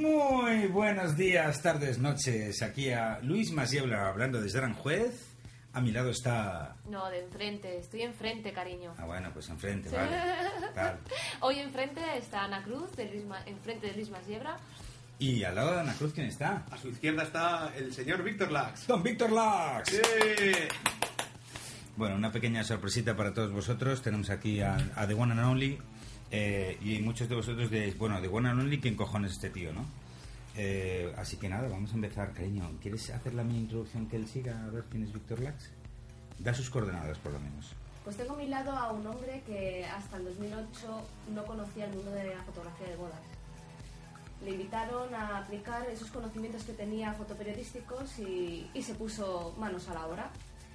Muy buenos días, tardes, noches. Aquí a Luis Masiebla hablando desde Aranjuez. A mi lado está... No, de enfrente. Estoy enfrente, cariño. Ah, bueno, pues enfrente, vale. Tal. Hoy enfrente está Ana Cruz, enfrente de Luis Masiebla. Y al lado de Ana Cruz, ¿quién está? A su izquierda está el señor Víctor Lax. ¡Don Víctor Lax! ¡Sí! Bueno, una pequeña sorpresita para todos vosotros. Tenemos aquí a The One and Only. Y muchos de vosotros de The One and Only, ¿quién cojones es este tío, no? Así que nada, vamos a empezar, cariño. ¿Quieres hacer la mini introducción que él siga? A ver quién es Víctor Lax. Da sus coordenadas, por lo menos. Pues tengo a mi lado a un hombre que hasta el 2008 no conocía el mundo de la fotografía de bodas. Le invitaron a aplicar esos conocimientos que tenía fotoperiodísticos y se puso manos a la obra.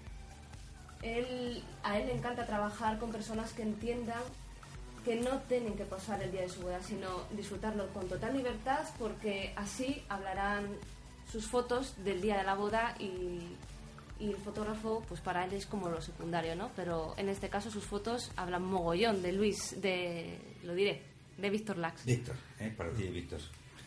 A él le encanta trabajar con personas que entiendan que no tienen que pasar el día de su boda, sino disfrutarlo con total libertad, porque así hablarán sus fotos del día de la boda y el fotógrafo, pues para él es como lo secundario, ¿no? Pero en este caso sus fotos hablan mogollón de de Víctor Lax. Víctor, para ti, Víctor.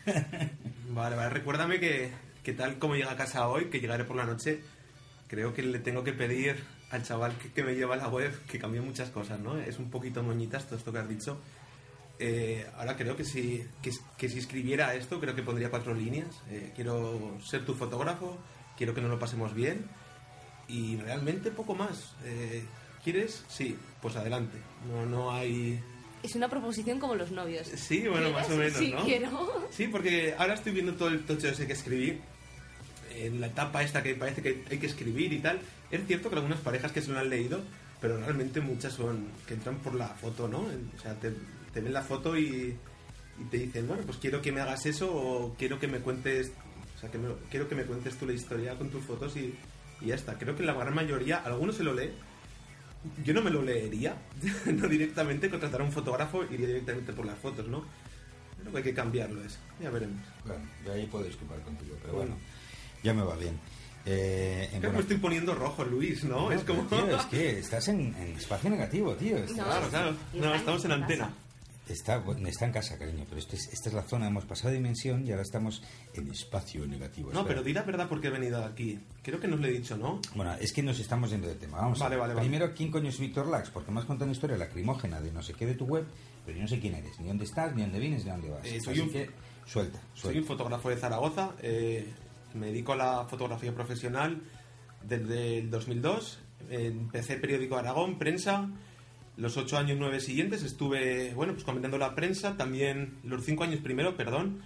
Vale, recuérdame que tal como llega a casa hoy, que llegaré por la noche, creo que le tengo que pedir al chaval que me lleva a la web que cambie muchas cosas, ¿no? Es un poquito moñitas todo esto que has dicho. Ahora creo que si escribiera esto, creo que pondría 4 líneas. Quiero ser tu fotógrafo, quiero que nos lo pasemos bien y realmente poco más. ¿Quieres? Sí, pues adelante. No hay... Es una proposición como los novios. Sí, bueno, más o menos, sí, ¿no? Quiero. Sí, porque ahora estoy viendo todo el tocho ese que escribí, en la etapa esta que parece que hay que escribir y tal. Es cierto que algunas parejas que se lo han leído, pero realmente muchas son que entran por la foto, ¿no? O sea, te ven la foto y te dicen, bueno, pues quiero que me hagas eso o quiero que me cuentes, o sea, quiero que me cuentes tú la historia con tus fotos y ya está. Creo que la gran mayoría, algunos se lo lee. Yo no me lo leería, no directamente, contratar a un fotógrafo, iría directamente por las fotos, ¿no? Creo que hay que cambiarlo eso, ya veremos. Bueno, yo ahí puedo disculpar contigo, pero bueno, ya me va bien. Creo que me estoy poniendo rojo, Luis, ¿no? Es como... Tío, es que estás en espacio negativo, tío. Claro. No, estamos en antena. Está en casa, cariño, pero esta es la zona, hemos pasado dimensión y ahora estamos en espacio negativo. No, pero di la verdad porque he venido aquí. Creo que no os lo he dicho, ¿no? Bueno, es que nos estamos yendo de tema. Vamos vale. Primero, ¿quién coño es Víctor Lax? Porque me has contado una historia lacrimógena de no sé qué de tu web, pero yo no sé quién eres, ni dónde estás, ni dónde vienes, ni dónde vas. Suelta. Soy un fotógrafo de Zaragoza. Me dedico a la fotografía profesional desde el 2002. Empecé periódico Aragón, prensa. Los 8 años 9 siguientes estuve, pues comentando la prensa. También los 5 años primero,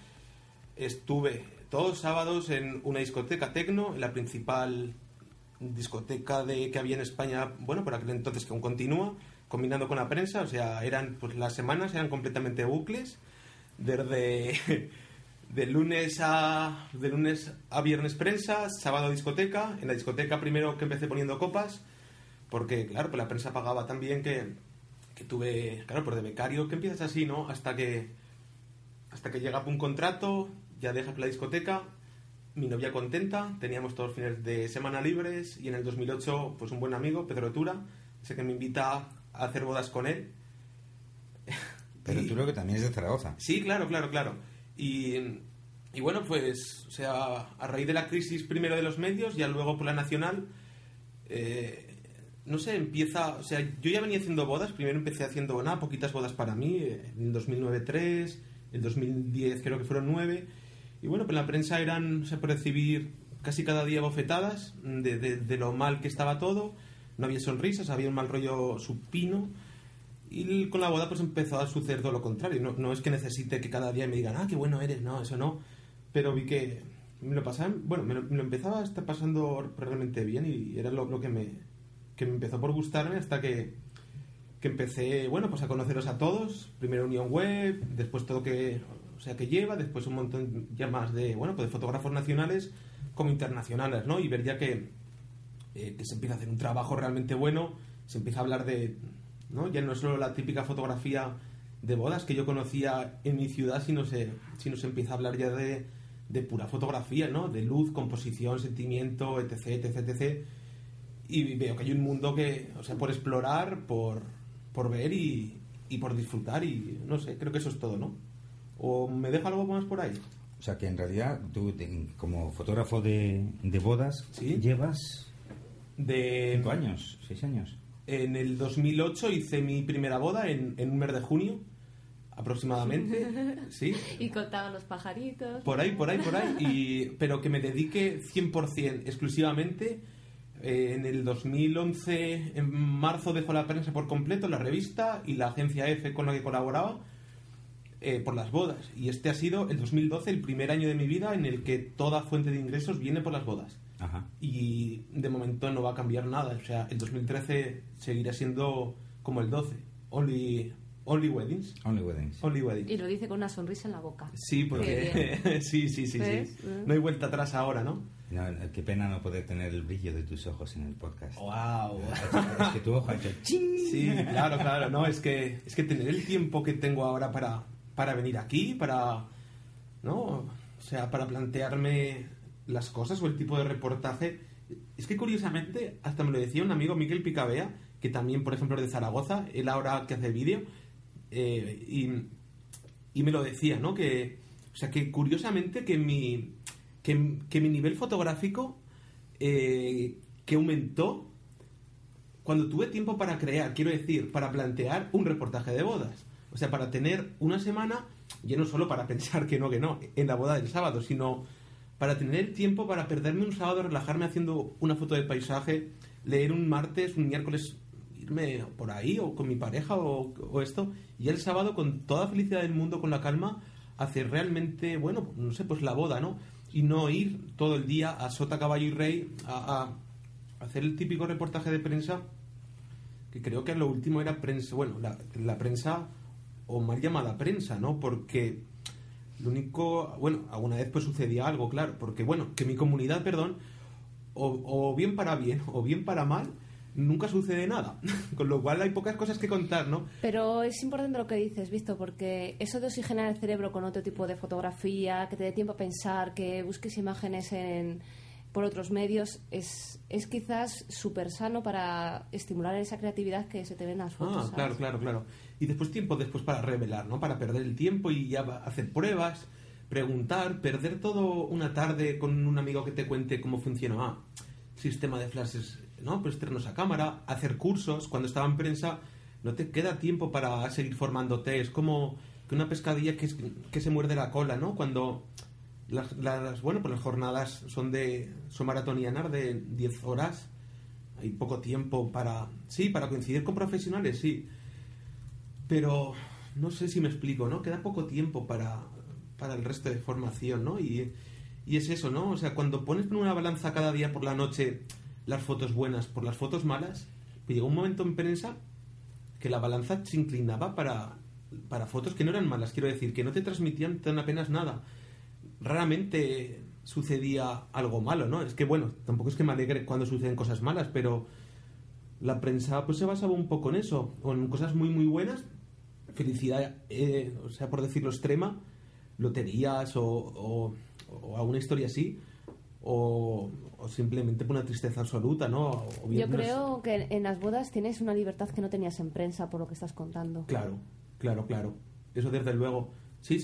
estuve todos los sábados en una discoteca tecno, en la principal discoteca que había en España, por aquel entonces, que aún continúa, combinando con la prensa. O sea, las semanas eran completamente bucles, desde de lunes a viernes prensa, sábado discoteca. En la discoteca primero que empecé poniendo copas, porque claro, pues la prensa pagaba tan bien que tuve, claro, por de becario, que empiezas así, ¿no? Hasta que llega un contrato, ya dejas la discoteca, mi novia contenta, teníamos todos fines de semana libres, y en el 2008, pues un buen amigo, Pedro Tura, sé que me invita a hacer bodas con él. Pero tú creo que también es de Zaragoza. Sí, claro. Y bueno, pues, o sea, a raíz de la crisis primero de los medios, ya luego por la nacional, no sé, empieza... O sea, yo ya venía haciendo bodas. Primero empecé haciendo, poquitas bodas para mí. En 2009 3, en 2010 creo que fueron 9. Y bueno, pues la prensa eran, por recibir casi cada día bofetadas de lo mal que estaba todo. No había sonrisas, había un mal rollo supino. Y con la boda pues empezó a suceder todo lo contrario. No es que necesite que cada día me digan, qué bueno eres. No, eso no. Pero vi que me lo pasaba... me lo empezaba a estar pasando realmente bien y era lo que me empezó por gustarme hasta que empecé, pues a conoceros a todos. Primero Unión Web, después todo que lleva, después un montón ya más de fotógrafos nacionales como internacionales, ¿no? Y ver ya que se empieza a hacer un trabajo realmente bueno, se empieza a hablar de, ¿no? Ya no es solo la típica fotografía de bodas que yo conocía en mi ciudad, sino se empieza a hablar ya de pura fotografía, ¿no? De luz, composición, sentimiento, etc. Y veo que hay un mundo que, por explorar, por ver y por disfrutar, y no sé, creo que eso es todo, ¿no? ¿O me deja algo más por ahí? O sea, que en realidad tú, como fotógrafo de bodas, ¿Sí? llevas De 5 años, 6 años. En el 2008 hice mi primera boda en un mes de junio, aproximadamente. Sí. Y contaban los pajaritos. Por ahí. Pero que me dedique 100% exclusivamente. En el 2011, en marzo, dejó la prensa por completo, la revista y la agencia F con la que colaboraba, por las bodas. Y este ha sido el 2012, el primer año de mi vida en el que toda fuente de ingresos viene por las bodas. Ajá. Y de momento no va a cambiar nada. O sea, el 2013 seguirá siendo como el 12. Only weddings. Only weddings. Only weddings. Y lo dice con una sonrisa en la boca. Sí, porque... sí. ¿Ves? No hay vuelta atrás ahora, ¿no? No, qué pena no poder tener el brillo de tus ojos en el podcast. ¡Wow! Es que tu ojo ha hecho ¡ching! Sí, claro. No, es que tener el tiempo que tengo ahora para venir aquí, ¿no? O sea, para plantearme las cosas o el tipo de reportaje. Es que curiosamente, hasta me lo decía un amigo, Miquel Picabea, que también, por ejemplo, es de Zaragoza, él ahora que hace vídeo, y me lo decía, ¿no? Que, o sea, que curiosamente que mi nivel fotográfico que aumentó cuando tuve tiempo para crear, quiero decir, para plantear un reportaje de bodas. O sea, para tener una semana, ya no solo para pensar que no, en la boda del sábado, sino para tener el tiempo para perderme un sábado, relajarme haciendo una foto de paisaje, leer un martes, un miércoles, irme por ahí, o con mi pareja, o esto, y el sábado, con toda felicidad del mundo, con la calma, hacer realmente, bueno, no sé, pues la boda, ¿no? Y no ir todo el día a sota, caballo y rey a hacer el típico reportaje de prensa, que creo que lo último era prensa, bueno, la prensa, o mal llamada prensa, ¿no? Porque lo único, bueno, alguna vez pues sucedía algo, claro, porque bueno, que mi comunidad, perdón, o bien para bien o bien para mal, nunca sucede nada, con lo cual hay pocas cosas que contar, ¿no? Pero es importante lo que dices, Visto, porque eso de oxigenar el cerebro con otro tipo de fotografía, que te dé tiempo a pensar, que busques imágenes por otros medios, es quizás súper sano para estimular esa creatividad que se te ve en las fotos. Ah, ¿sabes? claro. Y después tiempo después para revelar, ¿no? Para perder el tiempo y ya hacer pruebas, preguntar, perder todo una tarde con un amigo que te cuente cómo funciona sistema de flashes, ¿no? Pues externos a cámara, hacer cursos. Cuando estaba en prensa no te queda tiempo para seguir formándote. Es como que una pescadilla que se muerde la cola, ¿no? Cuando las jornadas son maratonianas de 10 horas, hay poco tiempo para coincidir con profesionales, sí, pero no sé si me explico, ¿no? Queda poco tiempo para el resto de formación, ¿no? Y es eso, ¿no? O sea, cuando pones en una balanza cada día por la noche las fotos buenas por las fotos malas, pues llegó un momento en prensa que la balanza se inclinaba para fotos que no eran malas, quiero decir, que no te transmitían tan apenas nada. Raramente sucedía algo malo, ¿no? Es que, bueno, tampoco es que me alegre cuando suceden cosas malas, pero la prensa pues se basaba un poco en eso, o en cosas muy, muy buenas, felicidad, o sea, por decirlo extrema, loterías o alguna historia así, o simplemente una tristeza absoluta, ¿no? Yo creo que en las bodas tienes una libertad que no tenías en prensa, por lo que estás contando. Claro. Eso desde luego. Sí.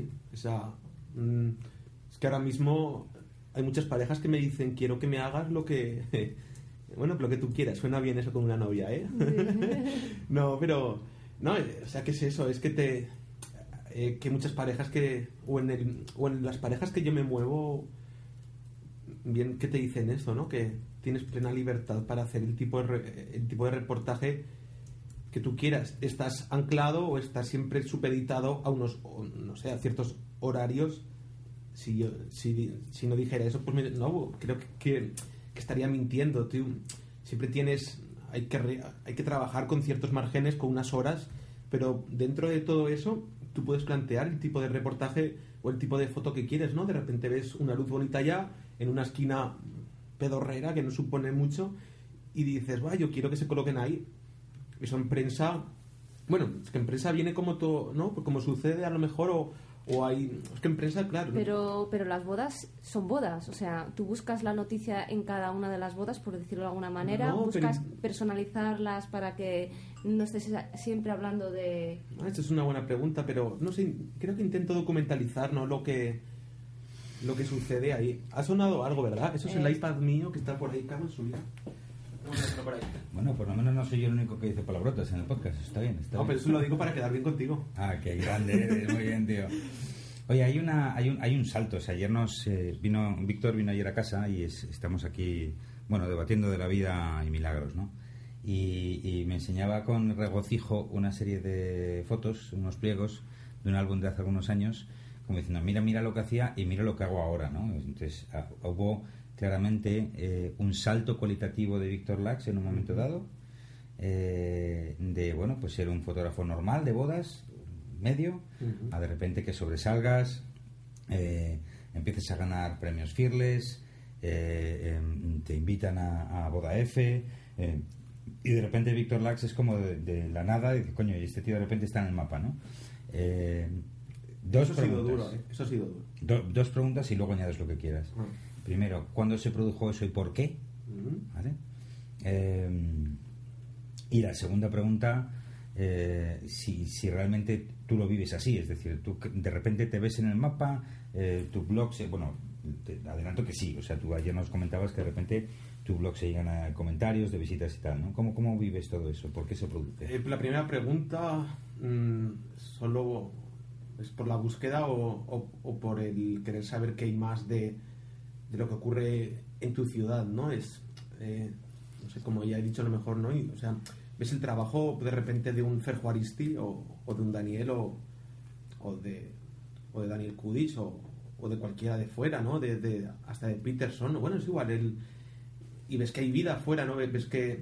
Es que ahora mismo hay muchas parejas que me dicen, quiero que me hagas lo que... bueno, lo que tú quieras. Suena bien eso con una novia, ¿eh? No, pero... No, o sea, ¿qué es eso? Es que que muchas parejas que... O en las parejas que yo me muevo... Bien, que te dicen eso, ¿no? Que tienes plena libertad para hacer el tipo de reportaje que tú quieras. Estás anclado o estás siempre supeditado a no sé, a ciertos horarios. Si no dijera eso, pues no, creo que estaría mintiendo. Tú siempre hay que trabajar con ciertos márgenes, con unas horas, pero dentro de todo eso tú puedes plantear el tipo de reportaje o el tipo de foto que quieres, ¿no? De repente ves una luz bonita ya en una esquina pedorrera que no supone mucho y dices, yo quiero que se coloquen ahí. Eso en prensa, bueno, es que en prensa viene como todo, ¿no? Como sucede a lo mejor o hay... Es que en prensa, claro. Pero las bodas son bodas, o sea, tú buscas la noticia en cada una de las bodas, por decirlo de alguna manera, buscas personalizarlas para que no estés siempre hablando de... Esta es una buena pregunta, pero no sé, creo que intento documentalizar, ¿no? Lo que lo que sucede ahí. Ha sonado algo, ¿verdad? Eso es el iPad mío que está por ahí, cago en su vida. Por ahí. Bueno, por lo menos no soy yo el único que dice palabrotas en el podcast. Está bien, está bien. Pero eso lo digo para quedar bien contigo. Qué grande eres, muy bien, tío. Oye, hay un salto. O sea, ayer Víctor vino ayer a casa y estamos aquí, bueno, debatiendo de la vida y milagros, ¿no? Y me enseñaba con regocijo una serie de fotos, unos pliegos de un álbum de hace algunos años, como diciendo, mira lo que hacía y mira lo que hago ahora, ¿no? Entonces, hubo claramente un salto cualitativo de Víctor Lacks en un momento dado, de, bueno, pues ser un fotógrafo normal de bodas, medio, a de repente que sobresalgas, empieces a ganar premios Fearless, te invitan a Boda F, y de repente Víctor Lacks es como de la nada, y dices, coño, y este tío de repente está en el mapa, ¿no? Eso ha sido duro, Eso ha sido duro. Dos preguntas y luego añades lo que quieras. Primero, ¿cuándo se produjo eso y por qué? ¿Vale? Y la segunda pregunta, si realmente tú lo vives así, es decir, tú de repente te ves en el mapa, tu blog te adelanto que sí, o sea, tú ayer nos comentabas que de repente tu blog se llegan a comentarios de visitas y tal, ¿no? ¿Cómo vives todo eso? ¿Por qué se produce? La primera pregunta, solo es por la búsqueda o por el querer saber qué hay más de lo que ocurre en tu ciudad, ¿no? Es, no sé, como ya he dicho a lo mejor, ¿no? O sea, ves el trabajo de repente de un Fer Juaristi o de un Daniel o de Daniel Kudis o de cualquiera de fuera, ¿no? Hasta de Peterson, bueno, es igual, y ves que hay vida afuera, ¿no? Ves que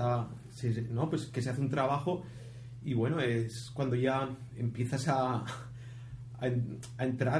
pues que se hace un trabajo y bueno, es cuando ya empiezas a entrar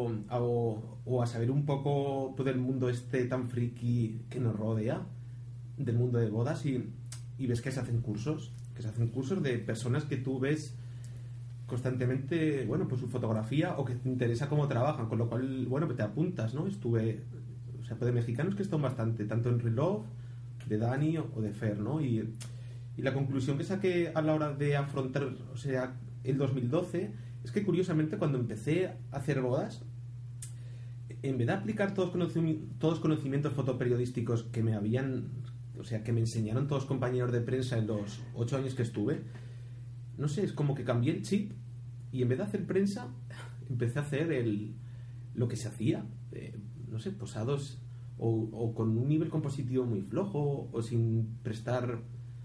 o a saber un poco todo el mundo este tan friki que nos rodea del mundo de bodas y ves que se hacen cursos de personas que tú ves constantemente, bueno, pues su fotografía o que te interesa cómo trabajan, con lo cual, bueno, pues te apuntas, ¿no? De mexicanos que están bastante, tanto en Relove, de Dani o de Fer, ¿no? Y la conclusión que saqué a la hora de afrontar, o sea, el 2012, es que curiosamente cuando empecé a hacer bodas, en vez de aplicar todos conocimientos fotoperiodísticos que me enseñaron todos compañeros de prensa en los 8 años que estuve, no sé, es como que cambié el chip y en vez de hacer prensa, empecé a hacer lo que se hacía, no sé, posados o con un nivel compositivo muy flojo o sin prestar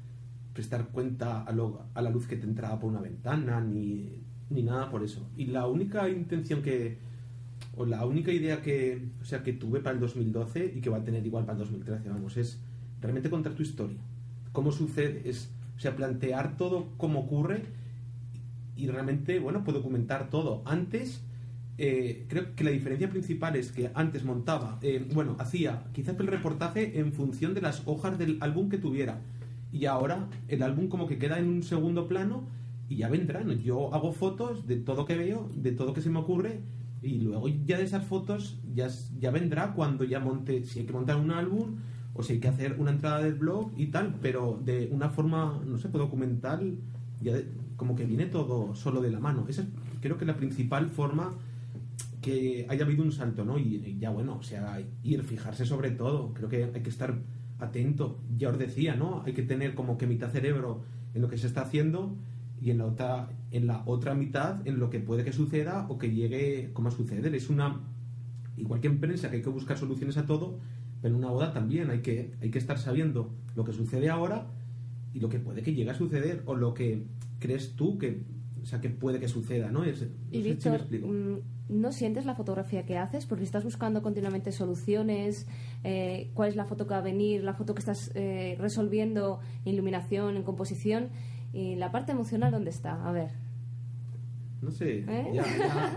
cuenta a la luz que te entraba por una ventana ni nada por eso. Y la única intención la única idea que tuve para el 2012 y que va a tener igual para el 2013, vamos, es realmente contar tu historia. Cómo sucede, plantear todo cómo ocurre y realmente, bueno, pues documentar todo. Antes, creo que la diferencia principal es que antes montaba, hacía quizás el reportaje en función de las hojas del álbum que tuviera. Y ahora el álbum como que queda en un segundo plano y ya vendrán. Yo hago fotos de todo que veo, de todo que se me ocurre y luego ya de esas fotos ya vendrá cuando ya monte, si hay que montar un álbum o si hay que hacer una entrada del blog y tal, pero de una forma, no sé, documental, como que viene todo solo de la mano. Esa es, creo que la principal forma que haya habido un salto, ¿no? Y ya, bueno, o sea, fijarse sobre todo. Creo que hay que estar atento. Ya os decía, ¿no? Hay que tener como que mitad cerebro en lo que se está haciendo y en la otra mitad en lo que puede que suceda o que llegue como a suceder. Igual que en prensa que hay que buscar soluciones a todo, pero en una boda también hay que estar sabiendo lo que sucede ahora y lo que puede que llegue a suceder o lo que crees tú que puede que suceda, ¿no? Y Víctor, ¿no sientes la fotografía que haces? Porque estás buscando continuamente soluciones, cuál es la foto que va a venir, la foto que estás resolviendo, iluminación, en composición, y la parte emocional, ¿dónde está? A ver. No sé, ya.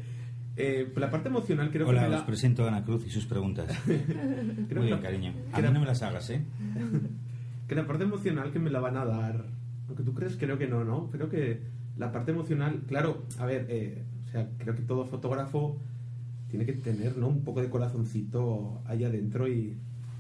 La parte emocional creo Hola, que os presento a Ana Cruz y sus preguntas. Muy bien, cariño. A mí no me las hagas, ¿eh? Que la parte emocional que me la van a dar, aunque tú crees, creo que no. Creo que la parte emocional, claro, a ver, creo que todo fotógrafo tiene que tener, ¿no?, un poco de corazoncito allá adentro y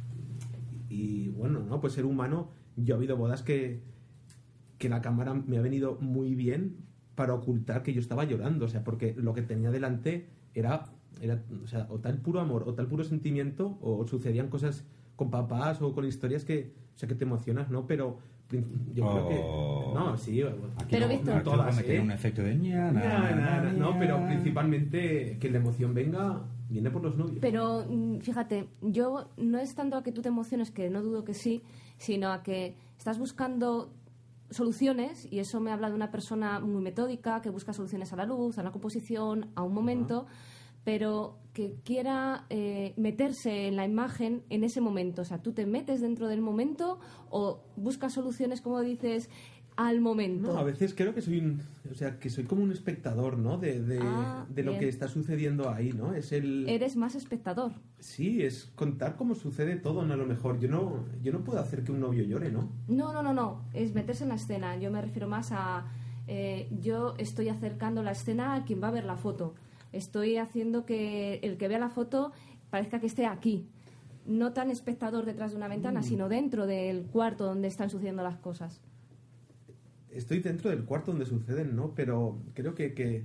bueno, ¿no? Pues ser humano. Yo he habido bodas que la cámara me ha venido muy bien para ocultar que yo estaba llorando, porque lo que tenía delante era era, o sea, o tal puro amor o tal puro sentimiento, o sucedían cosas con papás o con historias que, o sea, que te emocionas, ¿no? Pero yo creo que no, sí, Aquí Pero, no, Víctor, todas, me tiene un efecto de no, pero principalmente que la emoción viene por los novios. Pero fíjate, yo no es tanto a que tú te emociones, que no dudo que sí, sino a que estás buscando soluciones, y eso me habla de una persona muy metódica, que busca soluciones a la luz, a una composición, a un momento, pero que quiera meterse en la imagen en ese momento. O sea, tú te metes dentro del momento o buscas soluciones, como dices, al momento. No, a veces creo que soy como un espectador, ¿no? De lo bien. que está sucediendo ahí, ¿no? Eres más espectador. Sí, es contar cómo sucede todo, ¿no? A lo mejor yo no puedo hacer que un novio llore, ¿no? No. Es meterse en la escena. Yo me refiero más a... yo estoy acercando la escena a quien va a ver la foto. Estoy haciendo que el que vea la foto parezca que esté aquí. No tan espectador detrás de una ventana, sino dentro del cuarto donde están sucediendo las cosas. Estoy dentro del cuarto donde suceden, ¿no? Pero creo que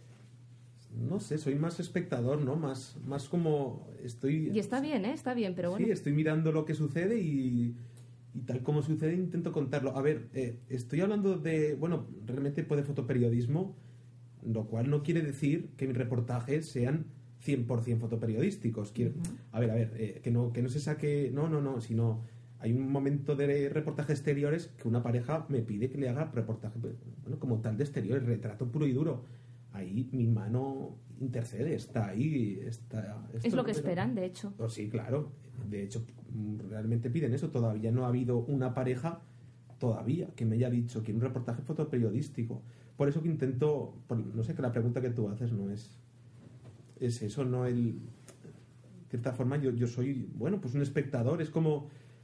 no sé, soy más espectador, ¿no? Más como estoy... Y está bien, está bien, pero bueno. Sí, estoy mirando lo que sucede y tal como sucede intento contarlo. A ver, estoy hablando de... Bueno, realmente de fotoperiodismo, lo cual no quiere decir que mis reportajes sean 100% fotoperiodísticos. A ver, que no se saque... No, sino... Hay un momento de reportaje exteriores que una pareja me pide que le haga reportaje, bueno, como tal de exteriores, retrato puro y duro. Ahí mi mano intercede, está ahí. Es lo que esperan, de hecho. Oh, sí, claro. De hecho, realmente piden eso. Todavía no ha habido una pareja que me haya dicho que un reportaje fotoperiodístico. Por eso que intento, no sé, que la pregunta que tú haces no es eso, no el... De cierta forma yo soy, bueno, pues un espectador, es como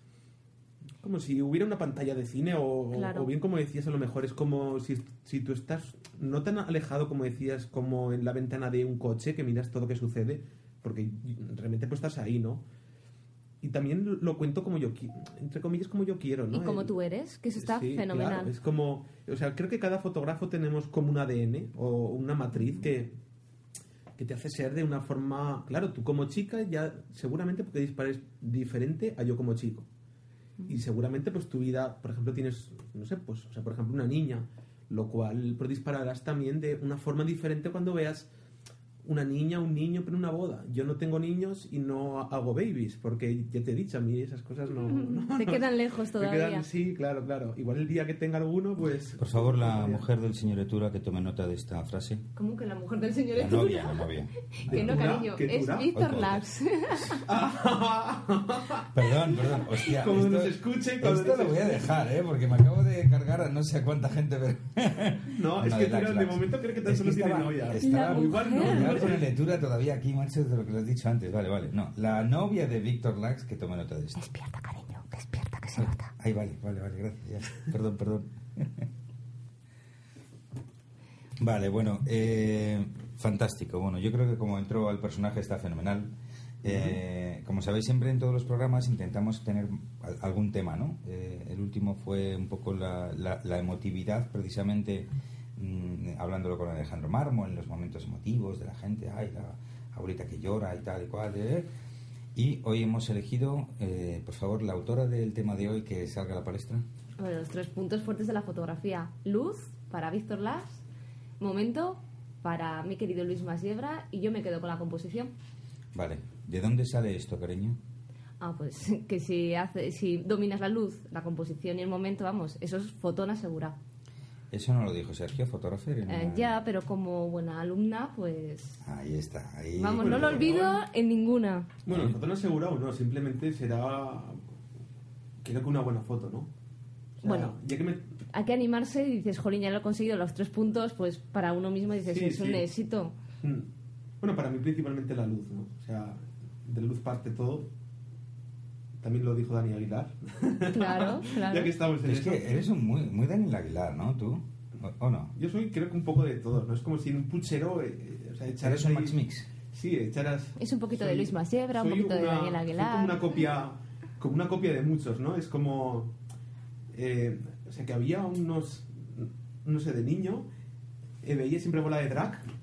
si hubiera una pantalla de cine Claro. o bien como decías, a lo mejor es como si tú estás no tan alejado como decías, como en la ventana de un coche que miras todo lo que sucede, porque realmente pues estás ahí, ¿no? Y también lo cuento como yo, entre comillas, como yo quiero, ¿no? Y como tú eres, que eso está Sí, fenomenal. Claro, es como, o sea, creo que cada fotógrafo tenemos como un ADN o una matriz que te hace ser de una forma, claro, tú como chica ya seguramente porque dispares diferente a yo como chico. Y seguramente pues tu vida, por ejemplo, tienes, no sé, pues, o sea, por ejemplo, una niña, lo cual pues dispararás también de una forma diferente cuando veas una niña, un niño, pero en una boda. Yo no tengo niños y no hago babies, porque ya te he dicho, a mí esas cosas no Te quedan lejos todavía. Sí, claro. Igual el día que tenga alguno, pues... Por favor, la mujer del señor Etura que tome nota de esta frase. ¿Cómo que la mujer del señor La Etura? novia. Que no, cariño, ¿Qué es Etura? Víctor Oye. Lax. Perdón, hostia. Como nos escuchen, cuando Esto nos lo voy a escuchen. dejar, porque me acabo de cargar a no sé a cuánta gente. Pero... No, es Una que de Etura Lax, de Lax. momento creo que tan Es solo tiene estaba- novia. Estaba La igual, no, mujer. igual con el Etura todavía aquí, macho, de lo que lo has dicho antes. Vale. No, la novia de Víctor Lax que tome nota de esto. Despierta, cariño, despierta, que se nota. Ahí vale, gracias. Ya. Perdón. Vale, bueno, fantástico. Bueno, yo creo que como entró al personaje está fenomenal. Como sabéis, siempre en todos los programas intentamos tener algún tema, ¿no? El último fue un poco la emotividad, precisamente hablándolo con Alejandro Mármol, en los momentos emotivos de la gente, ay, la abuelita que llora y tal y cual. Y hoy hemos elegido, por favor, la autora del tema de hoy que salga a la palestra. Bueno, los 3 puntos fuertes de la fotografía. Luz, para Víctor Lax. Momento, para mi querido Luis Masiebra. Y yo me quedo con la composición. Vale, ¿de dónde sale esto, cariño? Pues que si dominas la luz, la composición y el momento, vamos, eso es fotón asegurado. Eso no lo dijo Sergio, fotógrafo. Ya, pero como buena alumna, pues... Ahí está, ahí. Vamos, Bueno, no lo olvido en ninguna. Bueno, la foto no asegurado, no, simplemente será, creo que una buena foto, ¿no? O sea, Bueno. ya que me... Hay que animarse y dices, jolín, ya lo he conseguido, los 3 puntos, pues para uno mismo dices, Sí, es un sí. éxito. Bueno, para mí principalmente la luz, ¿no? O sea, de la luz parte todo. También lo dijo Dani Aguilar. Claro. Ya que estamos en Es eso. que eres muy Daniel Aguilar, ¿no? ¿Tú? ¿O no? Yo soy, creo que un poco de todo, ¿no? Es como si en un puchero, o sea, echaras Eres un ahí- Max Mix. Sí, echaras... Es un poquito de Luis Masiebra, un soy poquito de Daniel Aguilar. Soy como una copia de muchos, ¿no? Es como... o sea, que había unos... No sé, de niño, veía siempre bola de drag,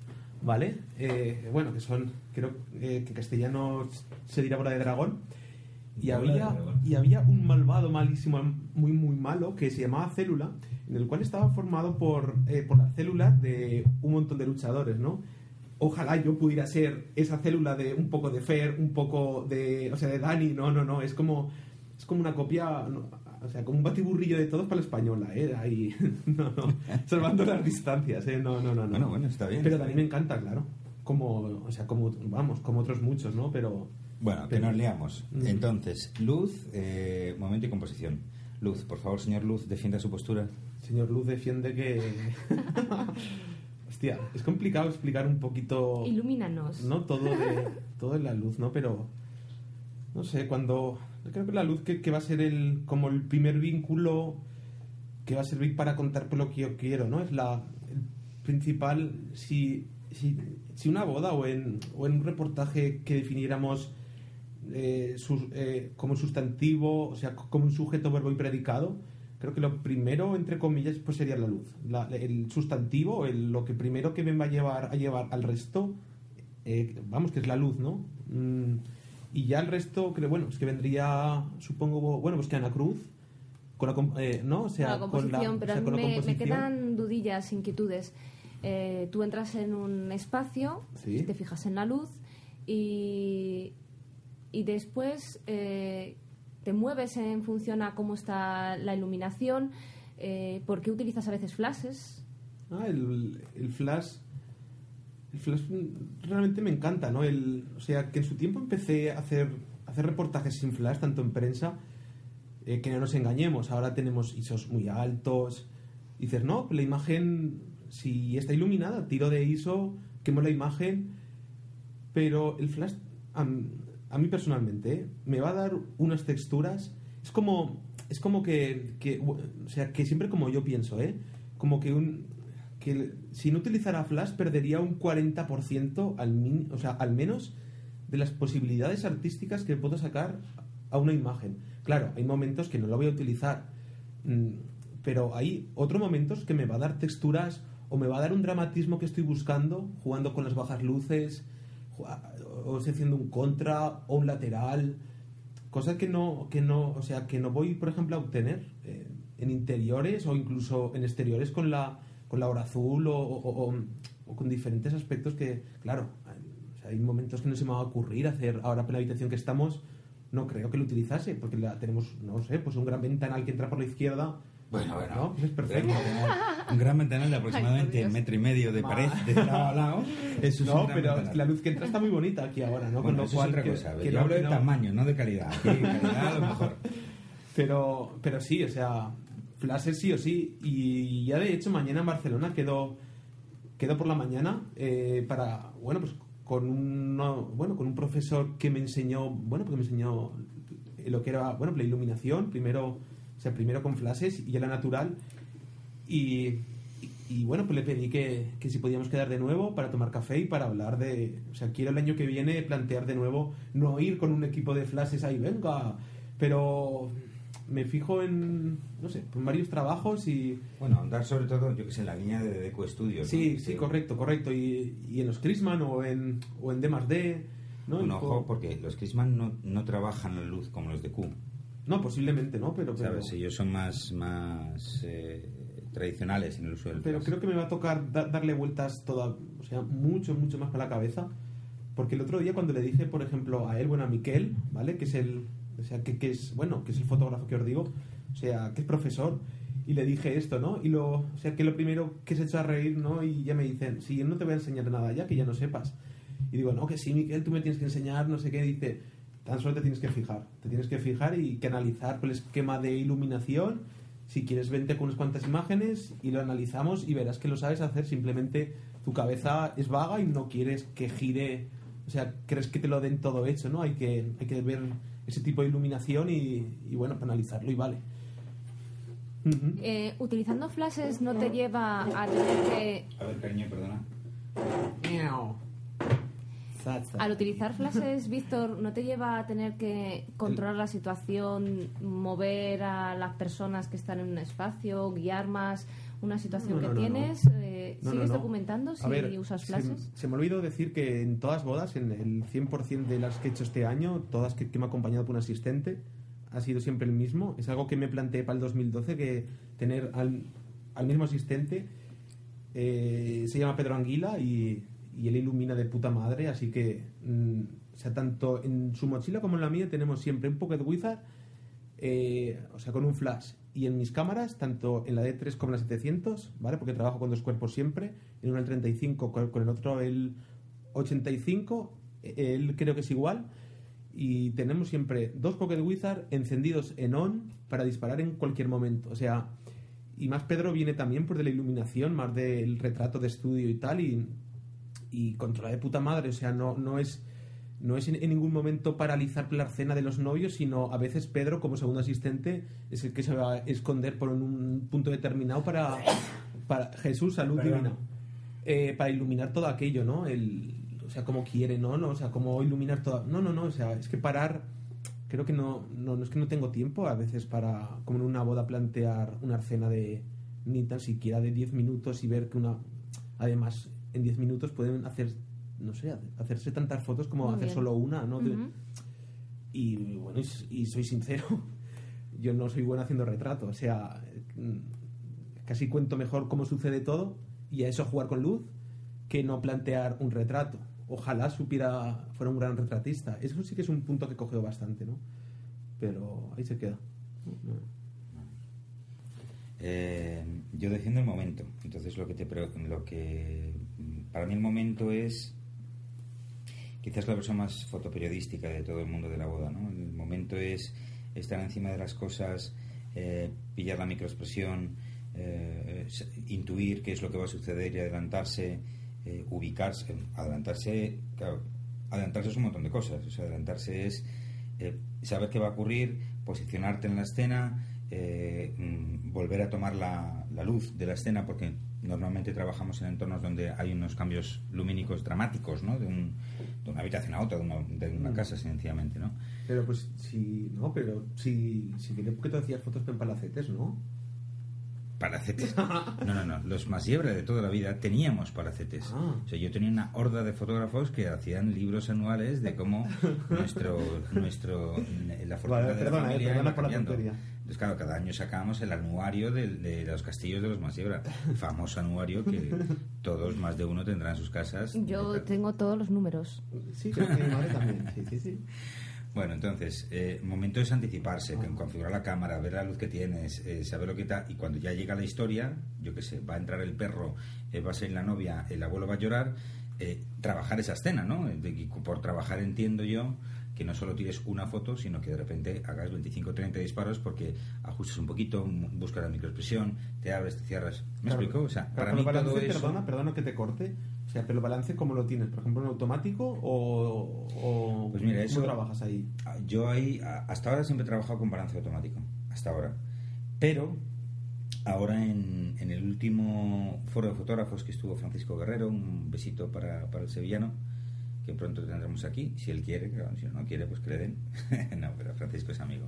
¿vale? Bueno, que son, creo que en castellano se dirá bola de dragón. Y había un malvado malísimo, muy muy malo, que se llamaba Célula, en el cual estaba formado por las células de un montón de luchadores, ¿no? Ojalá yo pudiera ser esa célula de un poco de Fer, un poco de, o sea, de Dani. No, es como una copia, no, o sea, como un batiburrillo de todos para la española, ahí, no, salvando las distancias, no. Bueno, está bien. Pero Dani me encanta, claro, como otros muchos, ¿no? Pero que nos liamos. Entonces, Luz, momento y composición. Luz, por favor, señor Luz, defienda su postura. Señor Luz defiende que... Hostia, es complicado explicar un poquito... Ilumínanos. ¿No? Todo en la luz, ¿no? Pero, no sé, cuando... Yo creo que la luz que va a ser como el primer vínculo que va a servir para contar por lo que yo quiero, ¿no? Es el principal... Si una boda o en un reportaje que definiéramos como sustantivo, o sea, como un sujeto, verbo y predicado, creo que lo primero, entre comillas, pues sería la luz. El sustantivo, lo que primero que me va a llevar al resto, que es la luz, ¿no? Y ya el resto, creo, es que vendría, supongo, pues que Ana Cruz, con la, ¿no? O sea, con la composición, pero a mí me quedan dudillas, inquietudes. Tú entras en un espacio, ¿sí? Te fijas en la luz y después te mueves en función a cómo está la iluminación. ¿Por qué utilizas a veces flashes? El flash realmente me encanta, ¿no? O sea, que en su tiempo empecé a hacer reportajes sin flash, tanto en prensa, que no nos engañemos, ahora tenemos ISOs muy altos. Dices, no, la imagen, si está iluminada, tiro de ISO, quemo la imagen, pero el flash, a mí personalmente, me va a dar unas texturas. Es como que o sea, que siempre como yo pienso, como que si no utilizara flash perdería un 40% al menos de las posibilidades artísticas que puedo sacar a una imagen. Claro, hay momentos que no lo voy a utilizar, pero hay otros momentos que me va a dar texturas o me va a dar un dramatismo que estoy buscando, jugando con las bajas luces, o haciendo un contra o un lateral, cosas que no voy, por ejemplo, a obtener en interiores o incluso en exteriores con la hora azul o con diferentes aspectos que, claro, hay momentos que no se me va a ocurrir hacer ahora por la habitación que estamos. No creo que lo utilizase, porque tenemos, no sé, pues un gran ventanal que entra por la izquierda. Bueno, ¿no? Es perfecto. Un gran ventanal de aproximadamente 1,5 metros de pared de lado a lado. Eso es no, un gran pero ventanal. La luz que entra está muy bonita aquí ahora, ¿no? Bueno, con lo eso cual, es otra cosa. Yo hablo de tamaño, no de calidad. Aquí, calidad a lo mejor. Pero sí, o sea, flashes sí o sí. Y ya de hecho mañana en Barcelona quedo por la mañana para, pues con un profesor que me enseñó, lo que era, la iluminación, primero con flashes y ya la natural. Y pues le pedí que si podíamos quedar de nuevo para tomar café y para hablar quiero el año que viene plantear de nuevo, no ir con un equipo de flashes ahí, venga, pero me fijo en varios trabajos y... Bueno, andar sobre todo, yo que sé, en la línea de Deco Studios. Sí, ¿no? sí, correcto. Y en los Chrisman o en D+D, ¿no? Ojo, porque los Chrisman no trabajan la luz como los de Q. No, posiblemente no, pero... ¿Sabes? Ellos son más tradicionales en el uso del Pero flash. creo que me va a tocar darle vueltas mucho más para la cabeza, porque el otro día cuando le dije, por ejemplo, a Miquel, ¿vale? Que es que es el fotógrafo que os digo, que es profesor, y le dije esto, ¿no? Y que lo primero que se echó a reír, ¿no? Y ya me dicen, sí, yo no te voy a enseñar nada ya, que ya no sepas. Y digo, no, que sí, Miquel, tú me tienes que enseñar, no sé qué. Dice, tan solo te tienes que fijar y que analizar el esquema de iluminación. Si quieres, vente con unas cuantas imágenes y lo analizamos y verás que lo sabes hacer. Simplemente tu cabeza es vaga y no quieres que gire, crees que te lo den todo hecho, ¿no? Hay que ver ese tipo de iluminación y para analizarlo y vale. Utilizando flashes no te lleva a tener que... A ver, cariño, perdona. Al utilizar flashes, Víctor, ¿no te lleva a tener que controlar la situación, mover a las personas que están en un espacio, guiar más? una situación No, que no, tienes. ¿Sigues documentando si A ver, usas flashes? Se me olvidó decir que en todas bodas, en el 100% de las que he hecho este año, todas que me ha acompañado por un asistente, ha sido siempre el mismo. Es algo que me planteé para el 2012, que tener al mismo asistente. Se llama Pedro Anguila y él ilumina de puta madre, así que o sea, tanto en su mochila como en la mía tenemos siempre un Pocket Wizard, o sea, con un flash, y en mis cámaras, tanto en la D3 como en la 700, ¿vale? Porque trabajo con 2 cuerpos siempre, en uno el 35, con el otro el 85, él creo que es igual, y tenemos siempre 2 Pocket Wizard encendidos en on para disparar en cualquier momento, o sea. Y más Pedro viene también por de la iluminación, más del retrato de estudio y tal, y controla de puta madre, o sea, no es en ningún momento paralizar la escena de los novios, sino a veces Pedro, como segundo asistente, es el que se va a esconder por un punto determinado para Jesús, salud divina, para iluminar todo aquello, ¿no? O sea, como quiere, ¿no? O sea, como iluminar todo. No, o sea, es que parar. Creo que no es que no tengo tiempo a veces para, como en una boda, plantear una escena de ni tan siquiera de 10 minutos y ver que además en 10 minutos pueden hacerse tantas fotos como Muy hacer bien. solo una, ¿no? Y bueno, y soy sincero, yo no soy bueno haciendo retrato, o sea, casi cuento mejor cómo sucede todo y a eso jugar con luz que no plantear un retrato. Ojalá fuera un gran retratista. Eso sí que es un punto que cogeo bastante, ¿no? Pero ahí se queda. Yo defiendo el momento. Entonces lo que para mí el momento es quizás la persona más fotoperiodística de todo el mundo de la boda, ¿no? El momento es estar encima de las cosas, pillar la microexpresión, intuir qué es lo que va a suceder y adelantarse, ubicarse. Adelantarse es un montón de cosas. O sea, adelantarse es saber qué va a ocurrir, posicionarte en la escena, volver a tomar la luz de la escena, porque normalmente trabajamos en entornos donde hay unos cambios lumínicos dramáticos, ¿no? De una habitación a otra, de una casa, sencillamente, ¿no? Pero pues si quería que te hacías fotos en palacetes, ¿no? ¿Palacetes? No. Los Masiebra de toda la vida teníamos palacetes. O sea, yo tenía una horda de fotógrafos que hacían libros anuales de cómo la fortuna de la familia iba cambiando. Entonces, claro, cada año sacábamos el anuario de los castillos de los Masiebra. El famoso anuario que todos, más de uno, tendrán en sus casas. Yo tengo todos los números. Sí, creo que mi madre también. Sí. Bueno, entonces, momento es anticiparse, configurar la cámara, ver la luz que tienes, saber lo que está, y cuando ya llega la historia, yo qué sé, va a entrar el perro, va a ser la novia, el abuelo va a llorar, trabajar esa escena, ¿no? Por trabajar entiendo yo que no solo tires una foto, sino que de repente hagas 25 o 30 disparos porque ajustas un poquito, buscas la microexpresión, te abres, te cierras. ¿Me explico? O sea, para mí todo eso... Perdona que te corte. O sea, pero el balance, ¿cómo lo tienes? ¿Por ejemplo, en automático o pues mira, cómo trabajas ahí? Yo ahí, hasta ahora siempre he trabajado con balance automático, hasta ahora. Pero ahora en el último foro de fotógrafos que estuvo Francisco Guerrero, un besito para el sevillano, que pronto tendremos aquí, si él quiere, claro, si no quiere, pues que le den. No, pero Francisco es amigo.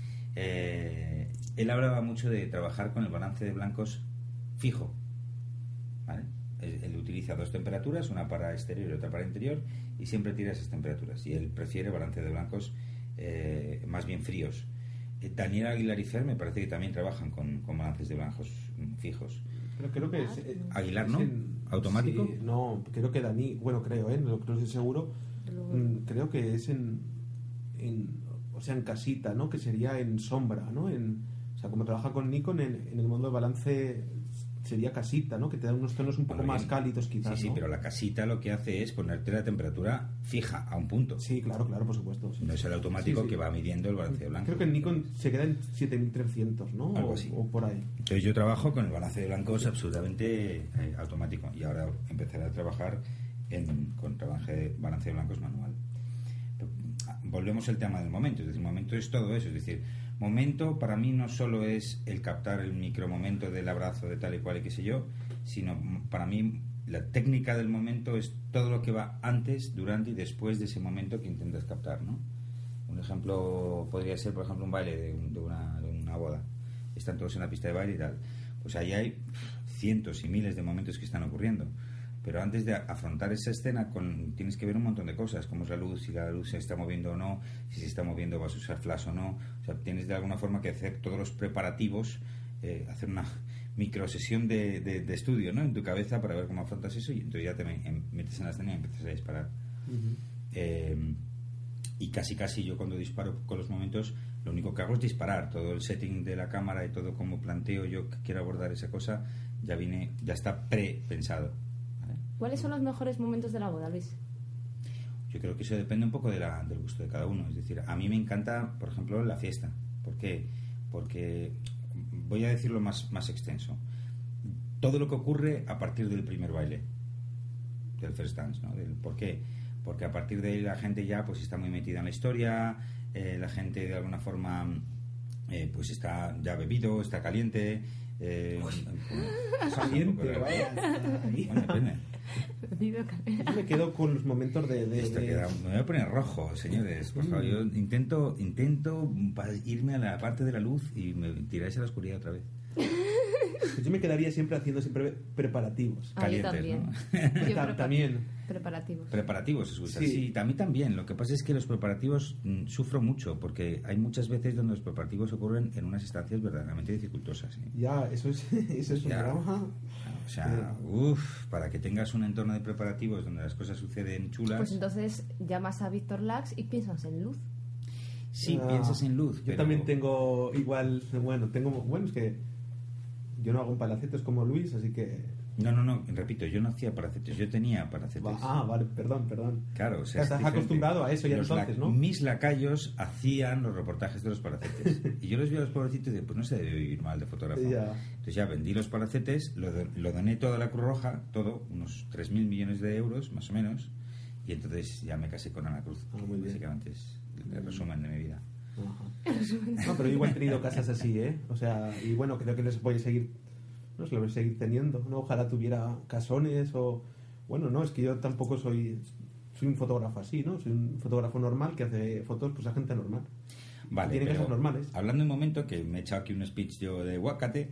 Él hablaba mucho de trabajar con el balance de blancos fijo, ¿vale? Él utiliza 2 temperaturas, una para exterior y otra para interior, y siempre tira esas temperaturas, y él prefiere balance de blancos más bien fríos. Daniel Aguilar y Fer me parece que también trabajan con balances de blancos fijos. Pero creo que es... Aguilar, ¿no? ¿Automático? Sí, no, creo que Dani... Bueno, creo, no estoy seguro. Creo que es o sea, en casita, ¿no? Que sería en sombra, ¿no? O sea, como trabaja con Nikon, en el mundo de balance sería casita, ¿no? Que te da unos tonos un poco más cálidos, quizás. Sí, ¿no? pero la casita lo que hace es ponerte la temperatura fija a un punto. Sí, claro, por supuesto. Sí. No es el automático que va midiendo el balance de blanco. Creo que en Nikon se queda en 7300, ¿no? Algo así. O por ahí. Entonces yo trabajo con el balance de blancos absolutamente automático, y ahora empezaré a trabajar con balance de blancos manual. Volvemos al tema del momento. Es decir, el momento es todo eso. Es decir, momento para mí no solo es el captar el micromomento del abrazo de tal y cual y qué sé yo, sino para mí la técnica del momento es todo lo que va antes, durante y después de ese momento que intentas captar, ¿no? Un ejemplo podría ser, por ejemplo, un baile de una boda. Están todos en la pista de baile y tal. Pues ahí hay cientos y miles de momentos que están ocurriendo. Pero antes de afrontar esa escena tienes que ver un montón de cosas, como es la luz, si la luz se está moviendo o no, si se está moviendo vas a usar flash o no. O sea, tienes de alguna forma que hacer todos los preparativos, hacer una microsesión de estudio, ¿no?, en tu cabeza para ver cómo afrontas eso, y entonces ya te metes en la escena y empiezas a disparar. Y casi yo cuando disparo con los momentos, lo único que hago es disparar. Todo el setting de la cámara y todo como planteo yo que quiero abordar esa cosa ya está pre-pensado. ¿Cuáles son los mejores momentos de la boda, Luis? Yo creo que eso depende un poco del gusto de cada uno. Es decir, a mí me encanta, por ejemplo, la fiesta. ¿Por qué? Porque, voy a decirlo más extenso, todo lo que ocurre a partir del primer baile, del first dance, ¿no? ¿Por qué? Porque a partir de ahí la gente ya pues está muy metida en la historia, la gente de alguna forma pues está ya bebido, está caliente. Caliente, vaya. Bueno, depende. Yo me quedo con los momentos de Me voy a poner rojo, señores, por favor. Yo intento irme a la parte de la luz y me tiráis a la oscuridad otra vez. Pues yo me quedaría siempre haciendo preparativos. Calientes, también. ¿no? También. Preparativos, escucha. Sí. Sí, a mí también. Lo que pasa es que los preparativos sufro mucho, porque hay muchas veces donde los preparativos ocurren en unas instancias verdaderamente dificultosas. Ya, eso es un drama. O sea, para que tengas un entorno de preparativos donde las cosas suceden chulas. Pues entonces llamas a Víctor Lax y piensas en luz. Sí, piensas en luz. Yo también tengo igual, es que yo no hago palacetes como Luis, así que... No, repito, yo no hacía palacetes, yo tenía palacetes. Vale, perdón. Claro, o sea, estás acostumbrado a eso ya entonces, ¿no? Mis lacayos hacían los reportajes de los palacetes. Y yo los vi a los pobrecitos y dije, pues no se debe vivir mal de fotógrafo. Ya. Entonces ya vendí los palacetes, lo doné todo a la Cruz Roja, todo, unos 3.000 millones de euros, más o menos, y entonces ya me casé con Ana Cruz. Muy bien. Básicamente es el resumen de mi vida. Ajá. No, pero igual he tenido casas así, ¿eh? O sea, y bueno, creo que les voy a seguir teniendo, ¿no? Ojalá tuviera casones o... Bueno, no, es que yo tampoco soy un fotógrafo así, ¿no? Soy un fotógrafo normal que hace fotos pues a gente normal. Vale, tiene casas normales. Hablando un momento, que me he echado aquí un speech yo de Huacate,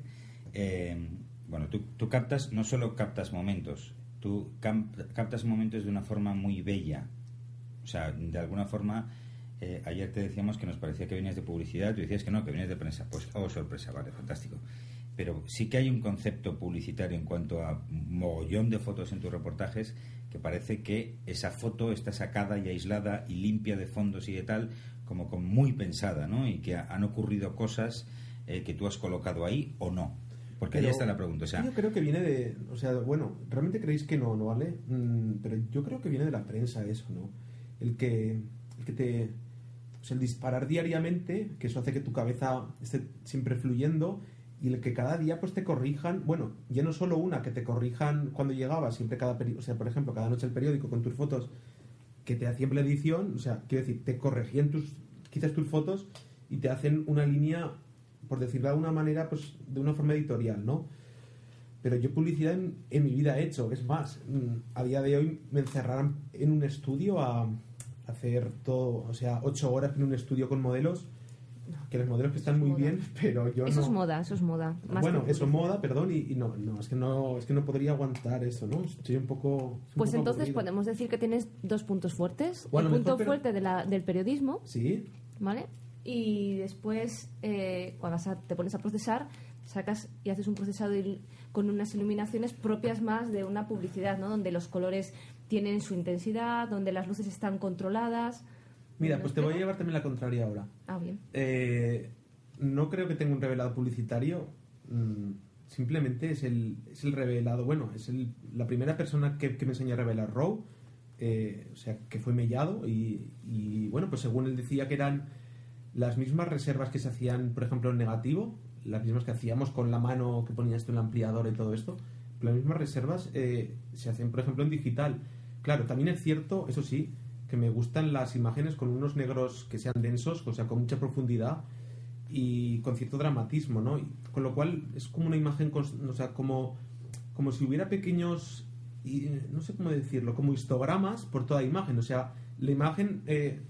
bueno, tú captas, no solo captas momentos, tú captas momentos de una forma muy bella. O sea, de alguna forma... ayer te decíamos que nos parecía que venías de publicidad, tú decías que no, que venías de prensa. Pues, sorpresa, vale, fantástico. Pero sí que hay un concepto publicitario en cuanto a mogollón de fotos en tus reportajes, que parece que esa foto está sacada y aislada y limpia de fondos y de tal, como muy pensada, ¿no? Y que han ocurrido cosas que tú has colocado ahí o no. Porque ahí está la pregunta. O sea, yo creo que viene de... O sea, bueno, ¿realmente creéis que no vale? Pero yo creo que viene de la prensa eso, ¿no? El que te... O sea, el disparar diariamente, que eso hace que tu cabeza esté siempre fluyendo, y el que cada día pues te corrijan, bueno, ya no solo una, que te corrijan cuando llegabas, siempre o sea, por ejemplo, cada noche el periódico con tus fotos, que te hacían la edición, o sea, quiero decir, te corregían quizás tus fotos y te hacen una línea, por decirlo de alguna manera, pues de una forma editorial, ¿no? Pero yo publicidad en mi vida he hecho, es más, a día de hoy me encerraran en un estudio a hacer todo, o sea, 8 horas en un estudio con modelos, que los modelos que están muy bien, pero yo eso no... Eso es moda. Bueno, eso es moda, perdón, y no, es que no podría aguantar eso, ¿no? Estoy un poco... Pues entonces podemos decir que tienes dos puntos fuertes. Bueno, el punto mejor, fuerte del periodismo, sí, ¿vale? Y después, cuando te pones a procesar, sacas y haces un procesado con unas iluminaciones propias más de una publicidad, ¿no? Donde los colores tienen su intensidad, donde las luces están controladas. Mira, pues te voy a llevar también la contraria ahora. Ah, bien. No creo que tenga un revelado publicitario. Simplemente es el revelado. Bueno, es la primera persona que me enseñó a revelar RAW. O sea, que fue Mellado. Y bueno, pues según él decía que eran las mismas reservas que se hacían, por ejemplo, en negativo, las mismas que hacíamos con la mano que ponía esto en el ampliador y todo esto. Las mismas reservas se hacen, por ejemplo, en digital. Claro, también es cierto, eso sí, que me gustan las imágenes con unos negros que sean densos, o sea, con mucha profundidad y con cierto dramatismo, ¿no? Y con lo cual es como una imagen, o sea, como si hubiera pequeños, no sé cómo decirlo, como histogramas por toda imagen. O sea, la imagen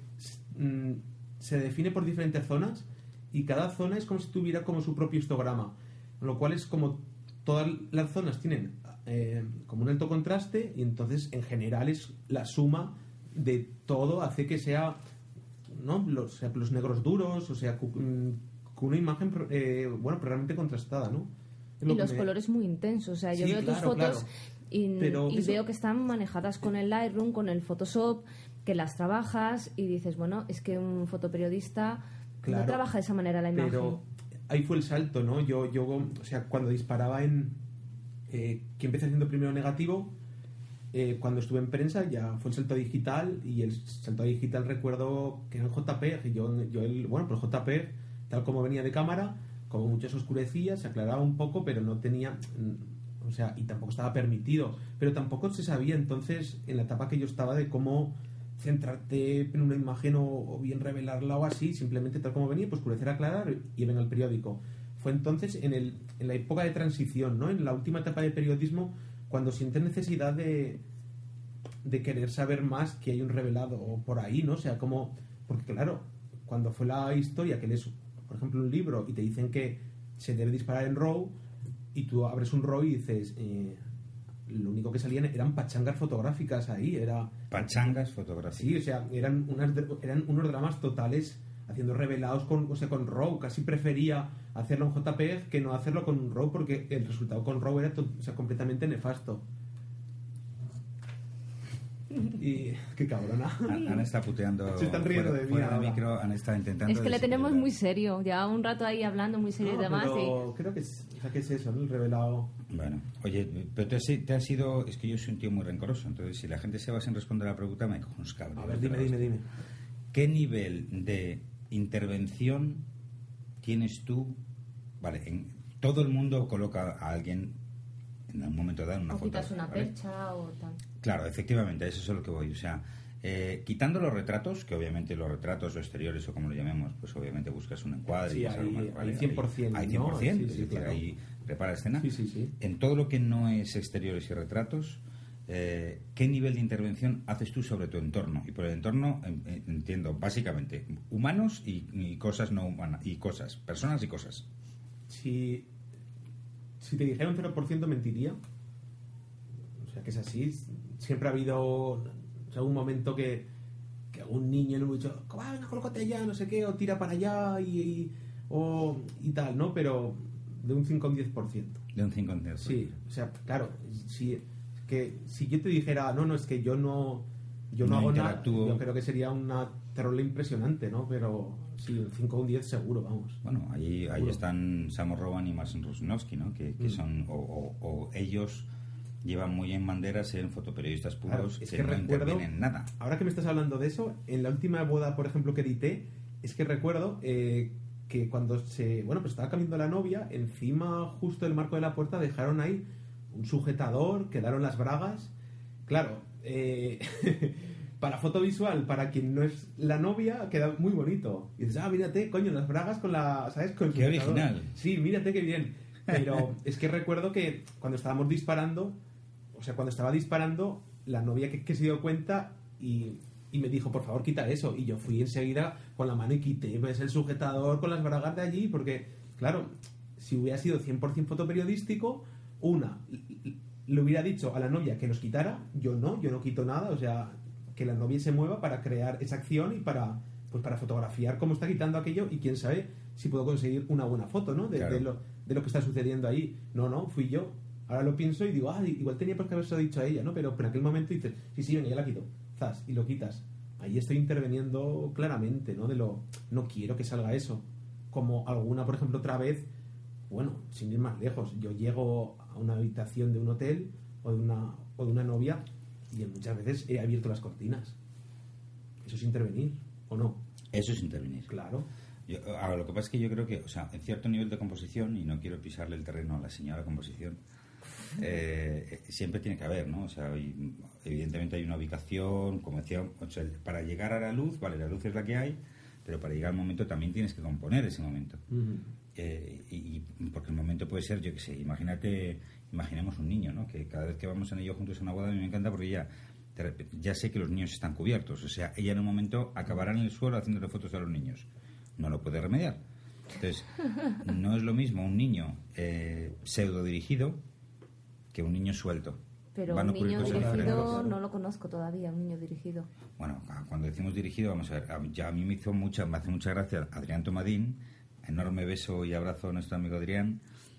se define por diferentes zonas y cada zona es como si tuviera como su propio histograma, con lo cual es como todas las zonas tienen como un alto contraste y entonces en general es la suma de todo hace que sea, ¿no? los negros duros, o sea, con una imagen realmente contrastada, ¿no? Y los colores muy intensos, o sea, yo Sí, veo tus claro, fotos claro. y Eso- veo que están manejadas con el Lightroom, con el Photoshop, que las trabajas y dices, bueno, es que un fotoperiodista no Claro, trabaja de esa manera la imagen. pero ahí fue el salto, ¿no? Yo o sea, cuando disparaba que empecé haciendo primero negativo, cuando estuve en prensa ya fue el salto a digital, y el salto a digital recuerdo que era en JPEG, y pues JPEG, tal como venía de cámara, como mucho se oscurecía, se aclaraba un poco, pero no tenía, o sea, y tampoco estaba permitido, pero tampoco se sabía entonces en la etapa que yo estaba de cómo centrarte en una imagen o bien revelarla o así, simplemente tal como venía, pues oscurecer, aclarar y ven al periódico. Fue entonces en la época de transición, ¿no? En la última etapa de periodismo, cuando sientes necesidad de querer saber más que hay un revelado o por ahí, ¿no? O sea, como... Porque claro, cuando fue la historia que lees, por ejemplo, un libro y te dicen que se debe disparar en RAW, y tú abres un RAW y dices... lo único que salían eran pachangas fotográficas ahí, era... Pachangas fotográficas. Sí, o sea, eran unos dramas totales haciendo revelados con RAW. Casi prefería hacerlo en JPEG que no hacerlo con un RAW, porque el resultado con RAW era completamente nefasto. Y qué cabrona. Ana está puteando. Se están riendo de mí fuera ahora. micro. Ana está intentando. Es que le tenemos desequilibrar. muy serio, ya un rato ahí hablando muy serio y demás. Pero creo que es eso, ¿no? El revelado. Bueno, oye, pero te has sido. Es que yo soy un tío muy rencoroso, entonces si la gente se va sin responder a la pregunta, me cojo unos cabros. A ver, dime. ¿Qué nivel de intervención tienes tú? Vale, todo el mundo coloca a alguien en un momento dado en una O foto. quitas una ¿vale? percha o tal. Claro, efectivamente, a eso es a lo que voy. O sea, quitando los retratos, que obviamente los retratos o exteriores o como lo llamemos, pues obviamente buscas un encuadre Sí, y algo más, hay ¿vale? 100%, Hay ¿no? 100%, Sí, es sí, decir, claro. ahí prepara escena. Sí. En todo lo que no es exteriores y retratos, ¿qué nivel de intervención haces tú sobre tu entorno? Y por el entorno entiendo básicamente humanos y cosas no humanas, y cosas, personas y cosas. Si te dijera un 0% mentiría. O sea, que es así. Siempre ha habido un momento que algún niño le ha dicho, venga, colócate allá, no sé qué, o tira para allá y tal, ¿no? Pero de un 5 a un 10%. De un 5 en 10. Sí, o sea, claro, si yo te dijera, no, es que yo no hago nada, interactúo. yo creo que sería una terror impresionante, ¿no? Pero sí, un 5 o un 10 seguro, vamos. Bueno, ahí Seguro. están Samo Rowan y Marcin Rusnowski, ¿no? Que son, o ellos llevan muy en bandera ser fotoperiodistas puros, Claro, es que que no recuerdo, intervienen en nada. ahora que me estás hablando de eso, en la última boda, por ejemplo, que edité, es que recuerdo que cuando pues estaba cambiando la novia, encima justo del marco de la puerta dejaron ahí un sujetador, quedaron las bragas. Claro, para foto visual, para quien no es la novia, queda muy bonito. Y dices, mírate, coño, las bragas con ¿sabes? Con el ¡Qué sujetador. original! Sí, mírate qué bien. Pero es que recuerdo que cuando estábamos disparando, cuando estaba disparando, la novia que se dio cuenta y me dijo, por favor, quita eso. Y yo fui enseguida con la mano y quité el sujetador con las bragas de allí, porque, claro, si hubiera sido 100% fotoperiodístico, le hubiera dicho a la novia que los quitara, yo no quito nada, o sea, que la novia se mueva para crear esa acción y para fotografiar cómo está quitando aquello, y quién sabe si puedo conseguir una buena foto, ¿no? Claro. De lo que está sucediendo ahí. No, fui yo. Ahora lo pienso y digo, igual tenía que haberse dicho a ella, ¿no? Pero en aquel momento dices, sí, venga, ya la quito. Zas, y lo quitas. Ahí estoy interviniendo claramente, ¿no? No quiero que salga eso. Como alguna, por ejemplo, otra vez, bueno, sin ir más lejos, yo llego a una habitación de un hotel o de una novia y muchas veces he abierto las cortinas. ¿Eso es intervenir o no? Eso es intervenir. Claro. Ahora, lo que pasa es que yo creo que, o sea, en cierto nivel de composición, y no quiero pisarle el terreno a la señora composición, siempre tiene que haber, ¿no? O sea, evidentemente hay una ubicación, como decía, o sea, para llegar a la luz, vale, la luz es la que hay, pero para llegar al momento también tienes que componer ese momento. Uh-huh. Y porque el momento puede ser, yo qué sé, imaginemos un niño, ¿no? Que cada vez que vamos en ello juntos a una boda, a mí me encanta porque ya sé que los niños están cubiertos, o sea, ella en un momento acabará en el suelo haciéndole fotos a los niños. No lo puede remediar. Entonces, no es lo mismo un niño pseudo dirigido que un niño suelto. Pero Van a un ocurrir niño cosas dirigido diferentes. no lo conozco todavía, un niño dirigido. Bueno, cuando decimos dirigido, vamos a ver, ya a mí me hace mucha gracia Adrián Tomadín, enorme beso y abrazo a nuestro amigo Adrián.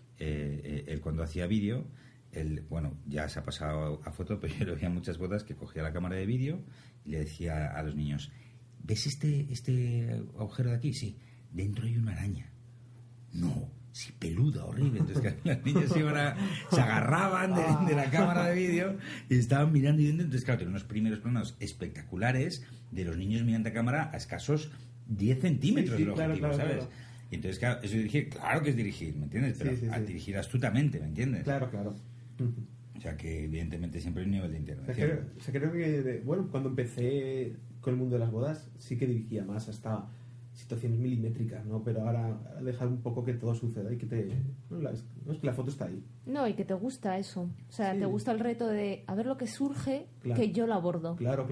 Él cuando hacía vídeo, él, bueno, ya se ha pasado a foto, pero yo lo veía en muchas bodas que cogía la cámara de vídeo y le decía a los niños: ¿ves este agujero de aquí? Sí, dentro hay una araña. No, sí, peluda, horrible. Entonces los niños se agarraban de la cámara de vídeo y estaban mirando y viendo. Entonces, claro, tenía unos primeros planos espectaculares de los niños mirando a cámara a escasos 10 centímetros Sí, del claro, objetivo, claro, ¿sabes? claro. Y entonces, claro, eso es dirigir, claro que es dirigir, ¿me entiendes? Pero Sí. a dirigir astutamente, ¿me entiendes? Claro, claro. O sea, que evidentemente siempre hay un nivel de O intervención. sea, creo que, bueno, cuando empecé con el mundo de las bodas, sí que dirigía más hasta situaciones milimétricas, ¿no? Pero ahora dejar un poco que todo suceda y que no, es que la foto está ahí. No, y que te gusta eso. O sea, Sí. te gusta el reto de a ver lo que surge, Claro. que yo lo abordo. Claro.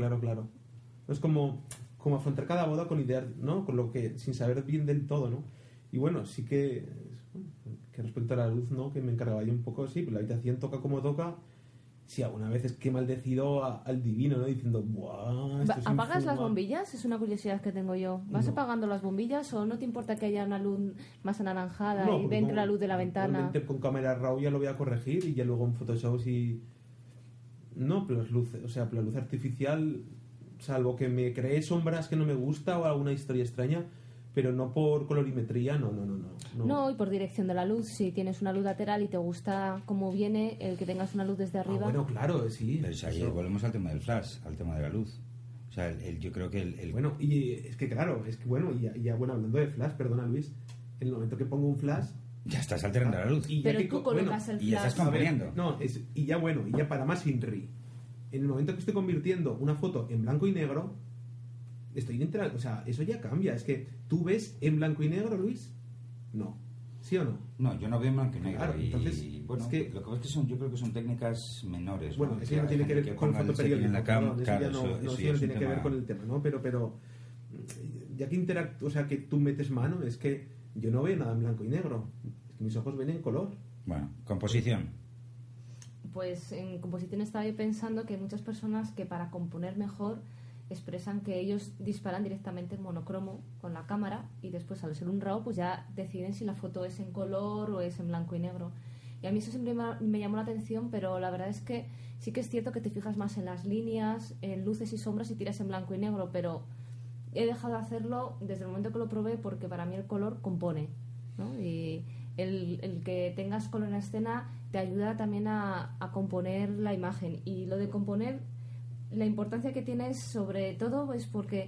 Es como afrontar cada boda con ideas, ¿no? Con lo que, sin saber bien del todo, ¿no? Y bueno, sí que respecto a la luz, ¿no? Que me encargaba yo un poco, sí, pues la habitación toca como toca. Sí, alguna vez es que he maldecido al divino, ¿no? Diciendo, ¡buah! Esto es ¿Apagas las infumable". bombillas? Es una curiosidad que tengo yo. ¿Vas No. apagando las bombillas o no te importa que haya una luz más anaranjada No, y porque entre como la luz de la ventana? Normalmente con cámara RAW ya lo voy a corregir y ya luego en Photoshop sí. No, pero las luces, o sea, la luz artificial, salvo que me cree sombras que no me gusta o alguna historia extraña, pero no por colorimetría, no. No, y por dirección de la luz. Si tienes una luz lateral y te gusta cómo viene, el que tengas una luz desde arriba. Bueno, claro, sí. Pero si ahí eso. volvemos al tema del flash, al tema de la luz. O sea, yo creo que el Bueno, y es que claro, bueno, bueno, hablando de flash, perdona Luis, en el momento que pongo un flash. ya estás alterando la luz. Y ya Pero que tú bueno, colocas el y ya flash. estás componiendo. No, y ya para más Inri. En el momento que estoy convirtiendo una foto en blanco y negro, estoy o sea, eso ya cambia. Es que tú ves en blanco y negro, Luis. No. ¿Sí o no? No, yo no veo en blanco y negro. Claro, y entonces, bueno, es que- lo que pasa es que yo creo que son técnicas menores. Bueno, ¿no? eso ya no tiene que ver con ponga el fotoperiódico. setting en la cama, Perdón, claro, eso ya no, eso eso ya ya no es un tiene que ver tema- con el tema, ¿no? Pero ya que o sea, que tú metes mano, es que yo no veo nada en blanco y negro. Es que mis ojos ven en color. Bueno, composición. Pues en composición estaba yo pensando que hay muchas personas que para componer mejor expresan que ellos disparan directamente en monocromo con la cámara y después al ser un RAW pues ya deciden si la foto es en color o es en blanco y negro. Y a mí eso siempre me llamó la atención, pero la verdad es que sí que es cierto que te fijas más en las líneas, en luces y sombras y tiras en blanco y negro, pero he dejado de hacerlo desde el momento que lo probé porque para mí el color compone, ¿no? Y el que tengas color en la escena te ayuda también a componer la imagen. Y lo de componer, la importancia que tiene es sobre todo es porque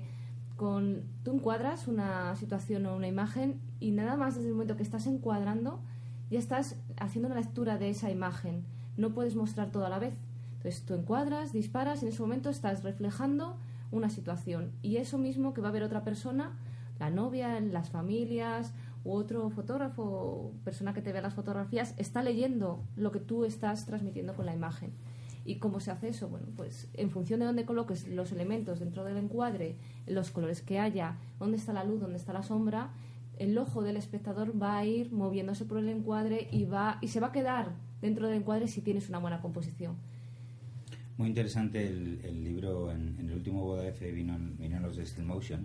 tú encuadras una situación o una imagen y nada más desde el momento que estás encuadrando ya estás haciendo una lectura de esa imagen. No puedes mostrar todo a la vez. Entonces tú encuadras, disparas y en ese momento estás reflejando una situación. Y eso mismo que va a ver otra persona, la novia, las familias u otro fotógrafo o persona que te vea las fotografías, está leyendo lo que tú estás transmitiendo con la imagen. ¿Y cómo se hace eso? Bueno, pues en función de dónde coloques los elementos dentro del encuadre, los colores que haya, dónde está la luz, dónde está la sombra, el ojo del espectador va a ir moviéndose por el encuadre y se va a quedar dentro del encuadre si tienes una buena composición. Muy interesante el libro. En el último Boda F vinieron los de Still Motion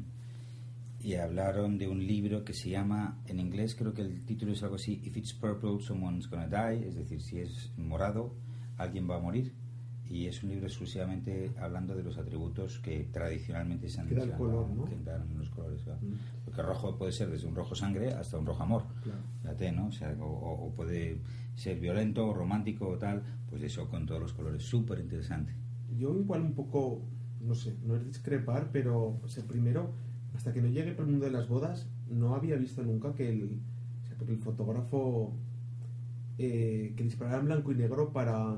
y hablaron de un libro que se llama, en inglés creo que el título es algo así, If it's purple, someone's gonna die, es decir, si es morado, alguien va a morir. Y es un libro exclusivamente hablando de los atributos que tradicionalmente se han Que da el han color, dado, ¿no? que dan los colores, claro. Porque rojo puede ser desde un rojo sangre hasta un rojo amor, Claro. fíjate, ¿no? O sea, o puede ser violento o romántico o tal, pues eso con todos los colores, súper interesante. Yo igual un poco, no sé, no es discrepar, pero o sea, primero, hasta que no llegue por el mundo de las bodas, no había visto nunca que porque el fotógrafo que disparara en blanco y negro para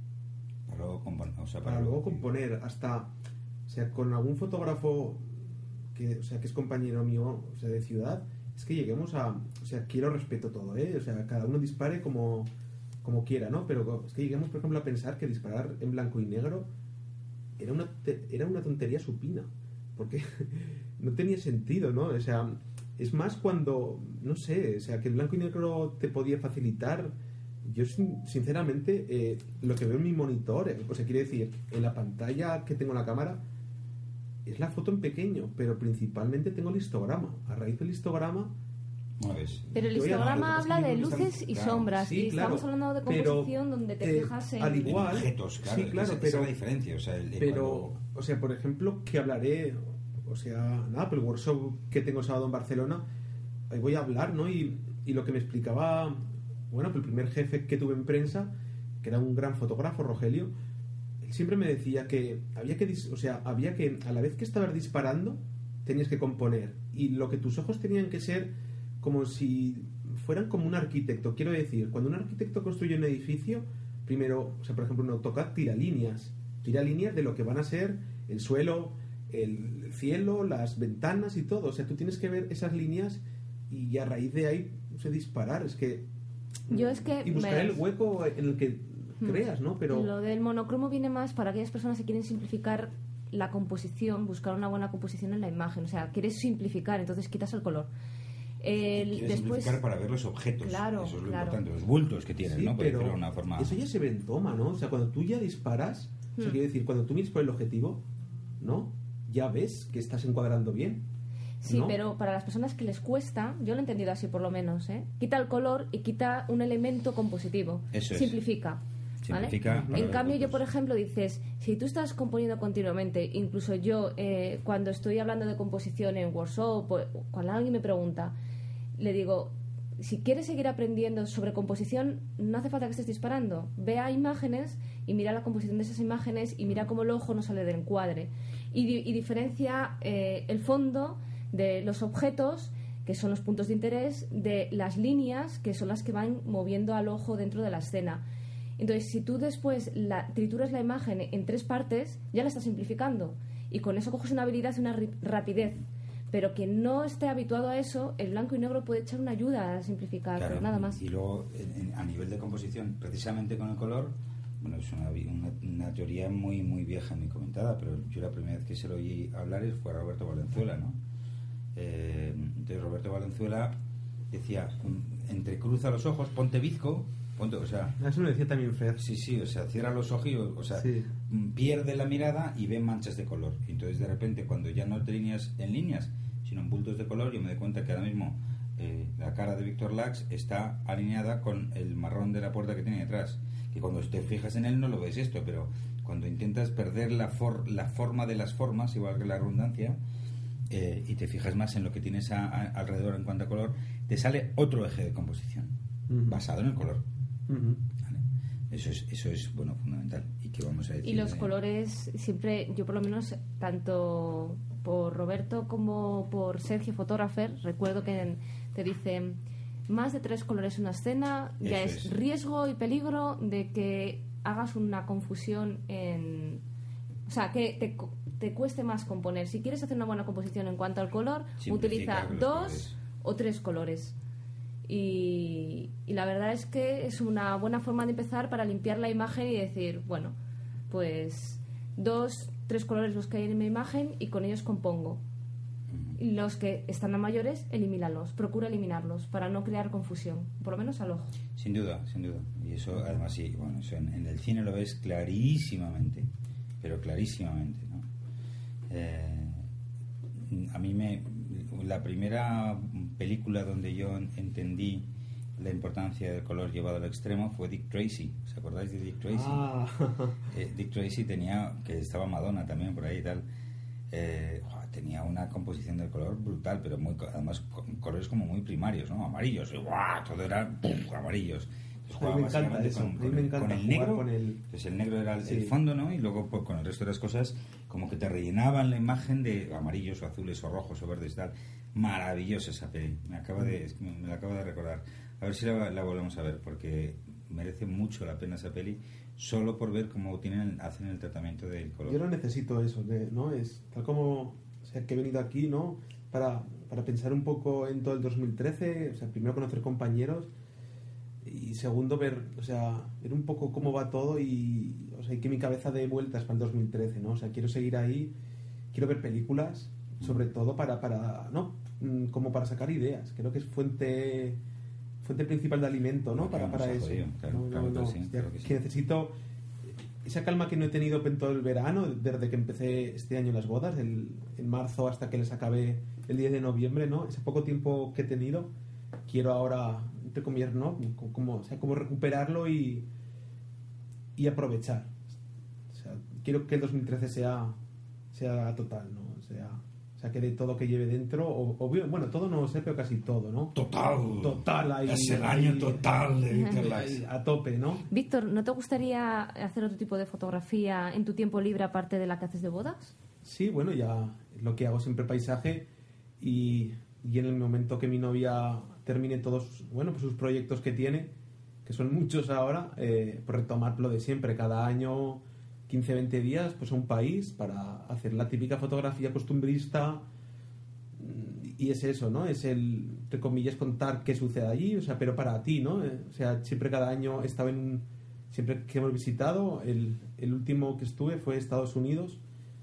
luego componer, hasta, o sea, con algún fotógrafo que es compañero mío, o sea, de ciudad, es que lleguemos a, o sea, quiero respeto todo, o sea, cada uno dispare como quiera, ¿no? Pero es que lleguemos, por ejemplo, a pensar que disparar en blanco y negro era una tontería supina, porque no tenía sentido, ¿no? O sea, Es más cuando, no sé, o sea, que el blanco y negro te podía facilitar. Yo, sinceramente, lo que veo en mi monitor, o sea, quiere decir, en la pantalla que tengo en la cámara, es la foto en pequeño, pero principalmente tengo el histograma. A raíz del histograma... Pero el histograma habla de luces y sombras, sí, y claro, estamos hablando de composición donde te fijas en... Al igual, en objetos, claro, sí, claro, esa es la diferencia. O sea, o sea, por ejemplo, que hablaré, o sea, nada, por el workshop que tengo el sábado en Barcelona, ahí voy a hablar, ¿no? Y lo que me explicaba, bueno, que el primer jefe que tuve en prensa, que era un gran fotógrafo, Rogelio, él siempre me decía que había que, a la vez que estabas disparando, tenías que componer, y lo que tus ojos tenían que ser como si fueran como un arquitecto. Quiero decir, cuando un arquitecto construye un edificio, primero, o sea, por ejemplo, en AutoCAD tira líneas de lo que van a ser el suelo, el cielo, las ventanas y todo. O sea, tú tienes que ver esas líneas y a raíz de ahí, no sé, disparar. Y buscar el hueco en el que creas, ¿no? Pero lo del monocromo viene más para aquellas personas que quieren simplificar la composición, buscar una buena composición en la imagen. O sea, quieres simplificar, entonces quitas el color. Después para ver los objetos, claro, eso es lo claro. importante, los bultos que tienen, sí, ¿no? Pero de una forma... eso ya se ve en toma, ¿no? O sea, cuando tú ya disparas, o sea, quiero decir, cuando tú miras por el objetivo, ¿no? Ya ves que estás encuadrando bien. Sí, ¿no? pero para las personas que les cuesta, yo lo he entendido así por lo menos, quita el color y quita un elemento compositivo. Eso es. Simplifica. ¿Vale? En cambio, yo, por ejemplo, dices, si tú estás componiendo continuamente, incluso yo, cuando estoy hablando de composición en workshop, cuando alguien me pregunta, le digo, si quieres seguir aprendiendo sobre composición, no hace falta que estés disparando. Ve a imágenes y mira la composición de esas imágenes y mira cómo el ojo no sale del encuadre. Y diferencia el fondo de los objetos, que son los puntos de interés, de las líneas, que son las que van moviendo al ojo dentro de la escena. Entonces, si tú después trituras la imagen en 3 partes, ya la estás simplificando. Y con eso coges una habilidad y una rapidez. Pero quien no esté habituado a eso, el blanco y negro puede echar una ayuda a simplificar, claro, pero nada más. Y luego, a nivel de composición, precisamente con el color, bueno, es una teoría muy muy vieja, muy comentada, pero yo la primera vez que se lo oí hablar fue a Roberto Valenzuela, ¿no? Entonces Roberto Valenzuela decía, entrecruza los ojos, ponte bizco, o sea... Eso lo decía también Fer. Sí, o sea, cierra los ojos, o sea, sí. Pierde la mirada y ve manchas de color. Y entonces de repente, cuando ya no te líneas en líneas, sino en bultos de color, yo me doy cuenta que ahora mismo la cara de Víctor Lacks está alineada con el marrón de la puerta que tiene detrás. Que cuando te fijas en él no lo ves esto, pero cuando intentas perder la forma de las formas, igual que la redundancia, y te fijas más en lo que tienes alrededor en cuanto a color, te sale otro eje de composición basado en el color. ¿Vale? Eso es bueno, fundamental. ¿Y qué vamos a decir? Y los colores, siempre, yo por lo menos, tanto por Roberto como por Sergio Fotógrafer, recuerdo que te dicen, más de 3 colores en una escena, ya es riesgo y peligro de que hagas una confusión o sea, que te cueste más componer. Si quieres hacer una buena composición en cuanto al color, utiliza 2 o 3 colores. Y la verdad es que es una buena forma de empezar para limpiar la imagen y decir, bueno, pues 2, 3 colores los que hay en mi imagen y con ellos compongo. Y los que están a mayores, elimínalos, procura eliminarlos para no crear confusión, por lo menos al ojo. Sin duda. Y eso, además, sí, bueno, eso en el cine lo ves clarísimamente, pero clarísimamente, ¿no? A mí la primera película donde yo entendí la importancia del color llevado al extremo fue Dick Tracy. ¿Os acordáis de Dick Tracy? Dick Tracy que estaba Madonna también por ahí y tal. Tenía una composición del color brutal, pero además con colores como muy primarios, ¿no? Amarillos, todo era amarillos. Me encanta eso. Con el negro, pues el negro era el fondo, ¿no? Y luego pues, con el resto de las cosas como que te rellenaban la imagen de amarillos o azules o rojos o verdes y tal. Maravillosa esa peli, me la acabo de recordar. A ver si la volvemos a ver, porque merece mucho la pena esa peli, solo por ver cómo hacen el tratamiento del color. Yo no necesito eso, ¿no? Es tal como, o sea, que he venido aquí, ¿no? Para pensar un poco en todo el 2013, o sea, primero conocer compañeros y segundo ver un poco cómo va todo y que mi cabeza dé vueltas para el 2013, ¿no? O sea, quiero seguir ahí, quiero ver películas, sobre todo para ¿no? Como para sacar ideas. Creo que es fuente principal de alimento, ¿no? Claro, para eso. jodido, claro, sí, claro que sí. Necesito esa calma que no he tenido en todo el verano, desde que empecé este año las bodas, en marzo hasta que les acabé el 10 de noviembre, ¿no? Ese poco tiempo que he tenido, quiero ahora, entre comillas, ¿no? Como recuperarlo y aprovechar. O sea, quiero que el 2013 sea total, ¿no? O sea, que de todo que lleve dentro, o bueno, todo no lo sé, pero casi todo, ¿no? Total, ahí. Es el año total de Víctor Lax. A tope, ¿no? Víctor, ¿no te gustaría hacer otro tipo de fotografía en tu tiempo libre aparte de la que haces de bodas? Sí, bueno, ya lo que hago siempre paisaje y en el momento que mi novia termine todos, bueno, pues sus proyectos que tiene, que son muchos ahora, pues retomar lo de siempre, cada año 15-20 días pues a un país para hacer la típica fotografía costumbrista, y es eso, ¿no? Es entre comillas, contar qué sucede allí, o sea, pero para ti, ¿no? O sea, siempre cada año he estado siempre que hemos visitado, el último que estuve fue Estados Unidos,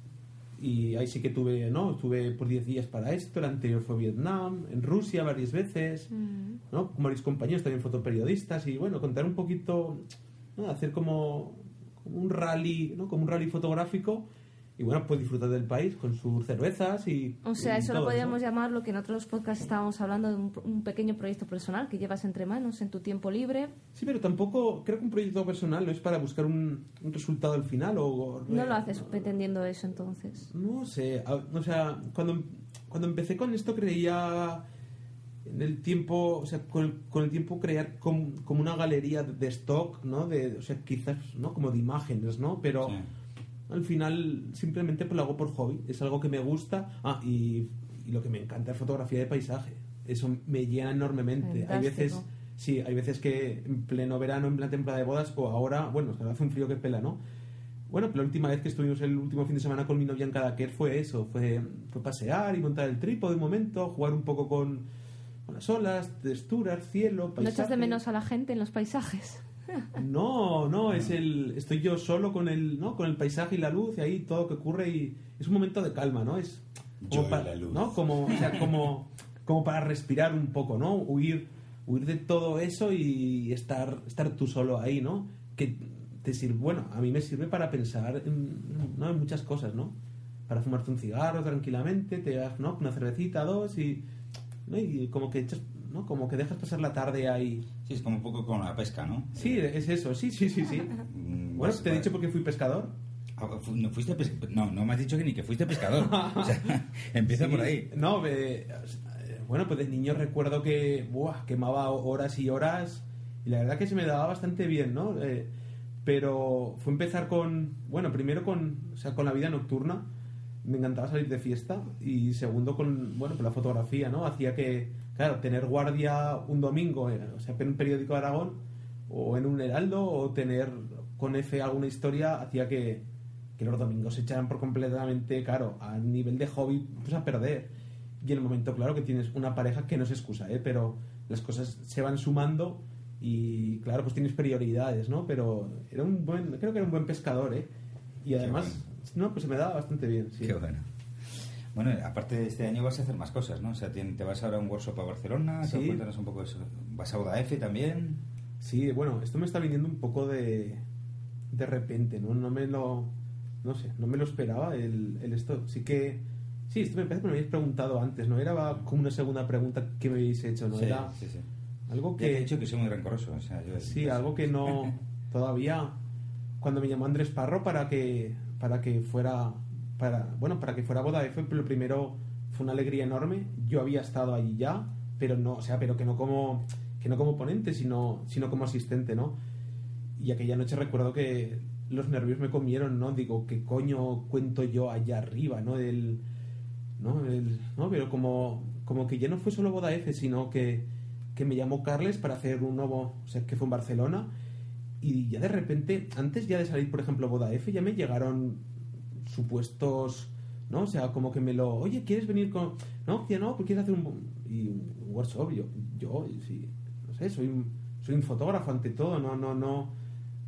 y ahí sí que estuve por 10 días para esto. El anterior fue Vietnam, en Rusia varias veces, ¿no? Con varios compañeros también fotoperiodistas, y bueno, contar un poquito, ¿no? Hacer como un rally, ¿no? Como un rally fotográfico, y bueno, pues disfrutar del país con sus cervezas y... O sea, eso lo todo, podríamos ¿no? llamar, lo que en otros podcasts estábamos hablando, de un pequeño proyecto personal que llevas entre manos en tu tiempo libre. Sí, pero tampoco creo que un proyecto personal no es para buscar un resultado al final No lo haces pretendiendo eso, entonces. No sé, o sea, cuando empecé con esto creía en el tiempo, o sea, con el tiempo crear como una galería de stock, ¿no? O sea, quizás, ¿no? Como de imágenes, ¿no? Pero Sí. al final simplemente pues lo hago por hobby, es algo que me gusta. Y lo que me encanta es fotografía de paisaje, eso me llena enormemente. Fantástico. Hay veces que en pleno verano, en plena temporada de bodas, o ahora, bueno, hace un frío que pela, ¿no? Bueno, la última vez que estuvimos el último fin de semana con mi novia en Cadaqués fue eso, fue pasear y montar el trípode un momento, jugar un poco con las olas, texturas, cielo, paisaje. ¿No echas de menos a la gente en los paisajes? No, estoy yo solo con el paisaje y la luz, y ahí todo que ocurre, y es un momento de calma, ¿no? Es como Yo y la luz. ¿no? Como para respirar un poco, ¿no? Huir de todo eso y estar tú solo ahí, ¿no? Que te sirve, bueno, a mí me sirve para pensar en muchas cosas, ¿no? Para fumarte un cigarro tranquilamente, te das, ¿no? Una cervecita, dos, y como que echas, ¿no? Como que dejas pasar la tarde ahí. Sí, es como un poco con la pesca, ¿no? Sí, es eso, sí. Bueno, te he dicho porque fui pescador. No me has dicho que ni que fuiste pescador. O sea, empieza Sí, por ahí. No, bueno, pues de niño recuerdo que quemaba horas y horas, y la verdad que se me daba bastante bien, ¿no? Pero fue empezar primero con la vida nocturna. Me encantaba salir de fiesta, y segundo con la fotografía, ¿no? Hacía que, claro, tener guardia un domingo, en un periódico de Aragón o en un Heraldo, o tener con F alguna historia, hacía que los domingos se echaran por completamente, claro, a nivel de hobby, pues a perder. Y en el momento, claro, que tienes una pareja, que no es excusa, pero las cosas se van sumando, y claro, pues tienes prioridades, ¿no? Pero creo que era un buen pescador, y además, pues se me daba bastante bien, sí. Qué bueno. Bueno, aparte de este año vas a hacer más cosas, ¿no? O sea, te vas ahora a un workshop a Barcelona, Sí. Cuéntanos un poco eso. ¿Vas a Boda F también? Sí, bueno, esto me está viniendo un poco de repente, ¿no? No me lo esperaba esto. Sí, esto me parece que me habéis preguntado antes, ¿no? Era como una segunda pregunta que me habéis hecho, ¿no? Sí, Era sí. algo Ya que... te he dicho que soy muy rencoroso. O sea, Sí, algo que no... Todavía, cuando me llamó Andrés Parro para que fuera a Boda F, lo primero fue una alegría enorme. Yo había estado allí ya, pero que no como ponente, sino como asistente, ¿no? Y aquella noche recuerdo que los nervios me comieron, ¿no? Digo, ¿qué coño cuento yo allá arriba, ¿no? Pero como que ya no fue solo Boda F, sino que me llamó Carles para hacer un nuevo, que fue en Barcelona, y ya de repente, antes ya de salir, por ejemplo, Boda F, ya me llegaron supuestos, ¿no? O sea, como que oye, ¿quieres venir con...? No, ya no, pues quieres hacer un workshop. Yo sí, no sé, soy un fotógrafo ante todo,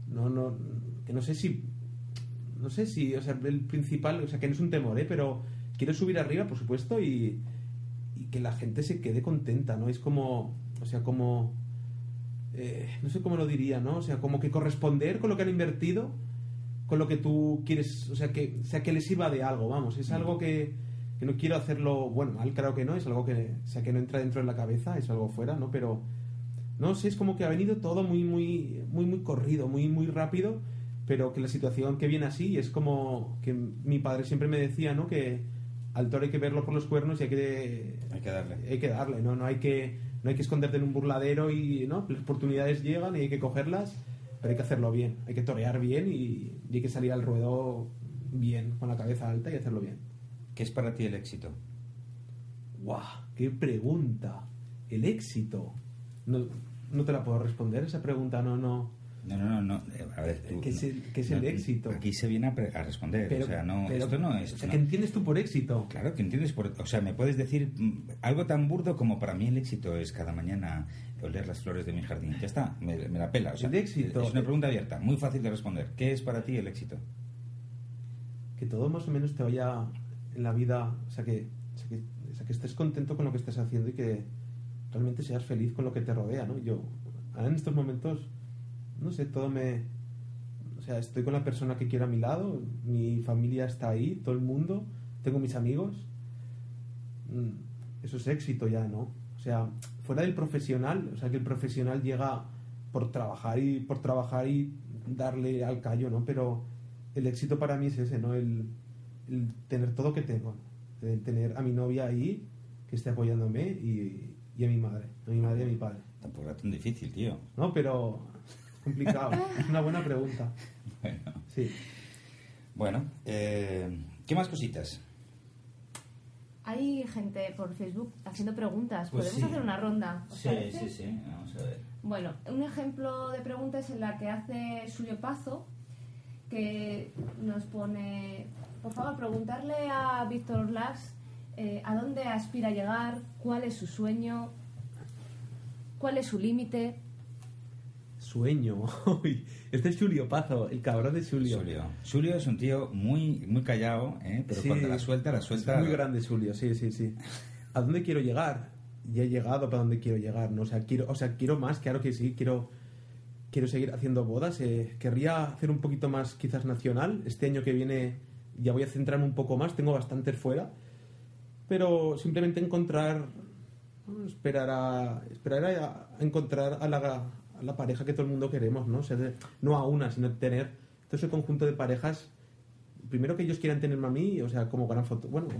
que no sé si, o sea, el principal, o sea, que no es un temor, pero quiero subir arriba, por supuesto, y que la gente se quede contenta, ¿no? Es como, o sea, como, no sé cómo lo diría, ¿no? O sea, como que corresponder con lo que han invertido, con lo que tú quieres, o sea, que les sirva de algo, vamos. Es algo que no quiero hacerlo, bueno, mal claro que no, es algo que, o sea, que no entra dentro de la cabeza, es algo fuera, ¿no? Pero, no sé, es como que ha venido todo muy corrido, muy rápido, pero que la situación que viene así es como que mi padre siempre me decía, ¿no? Que al toro hay que verlo por los cuernos y hay que darle, ¿no? No hay que esconderte en un burladero y, ¿no? Las oportunidades llegan y hay que cogerlas, pero hay que hacerlo bien, hay que torear bien y hay que salir al ruedo bien, con la cabeza alta y hacerlo bien. ¿Qué es para ti el éxito? ¡Guau! ¡Qué pregunta! El éxito. No te la puedo responder esa pregunta, no. No. A ver, ¿Qué es el éxito? Aquí se viene a responder. Pero, o sea, no, pero, esto no es. O sea, no. ¿qué entiendes tú por éxito? Claro, que entiendes o sea, me puedes decir algo tan burdo como para mí el éxito es cada mañana oler las flores de mi jardín. Ya está, me la pela. O sea, el éxito. Es una pregunta abierta, muy fácil de responder. ¿Qué es para ti el éxito? Que todo más o menos te vaya en la vida, o sea, que estés contento con lo que estés haciendo y que realmente seas feliz con lo que te rodea, ¿no? Yo, ahora en estos momentos, no sé, o sea, estoy con la persona que quiero a mi lado, mi familia está ahí, todo el mundo, tengo mis amigos. Eso es éxito ya, ¿no? O sea, fuera del profesional, o sea, que el profesional llega por trabajar y darle al callo, ¿no? Pero el éxito para mí es ese, ¿no? El tener todo que tengo, ¿no? El tener a mi novia ahí, que esté apoyándome, y a mi madre y a mi padre. Tampoco era tan difícil, tío. No, pero es complicado. Es una buena pregunta. Bueno. Sí. Bueno, ¿qué más cositas? Hay gente por Facebook haciendo preguntas. Pues ¿Podemos sí. hacer una ronda? ¿Os parece? Sí. Vamos a ver. Bueno, un ejemplo de pregunta es en la que hace Julio Pazo, que nos pone, por favor, preguntarle a Víctor Lax a dónde aspira a llegar, cuál es su sueño, cuál es su límite. Sueño. Este es Julio Pazo, el cabrón de Julio. Julio es un tío muy callado, pero Sí, cuando la suelta... Es muy grande Julio, sí. ¿A dónde quiero llegar? Ya he llegado para donde quiero llegar, ¿no? O sea, quiero más, claro que sí, quiero seguir haciendo bodas. Querría hacer un poquito más, quizás nacional. Este año que viene ya voy a centrarme un poco más, tengo bastantes fuera, pero simplemente encontrar, ¿no? esperar a encontrar a la pareja que todo el mundo queremos, ¿no? O sea, no a una, sino tener todo ese conjunto de parejas. Primero que ellos quieran tenerme a mí, o sea, como gran foto, bueno,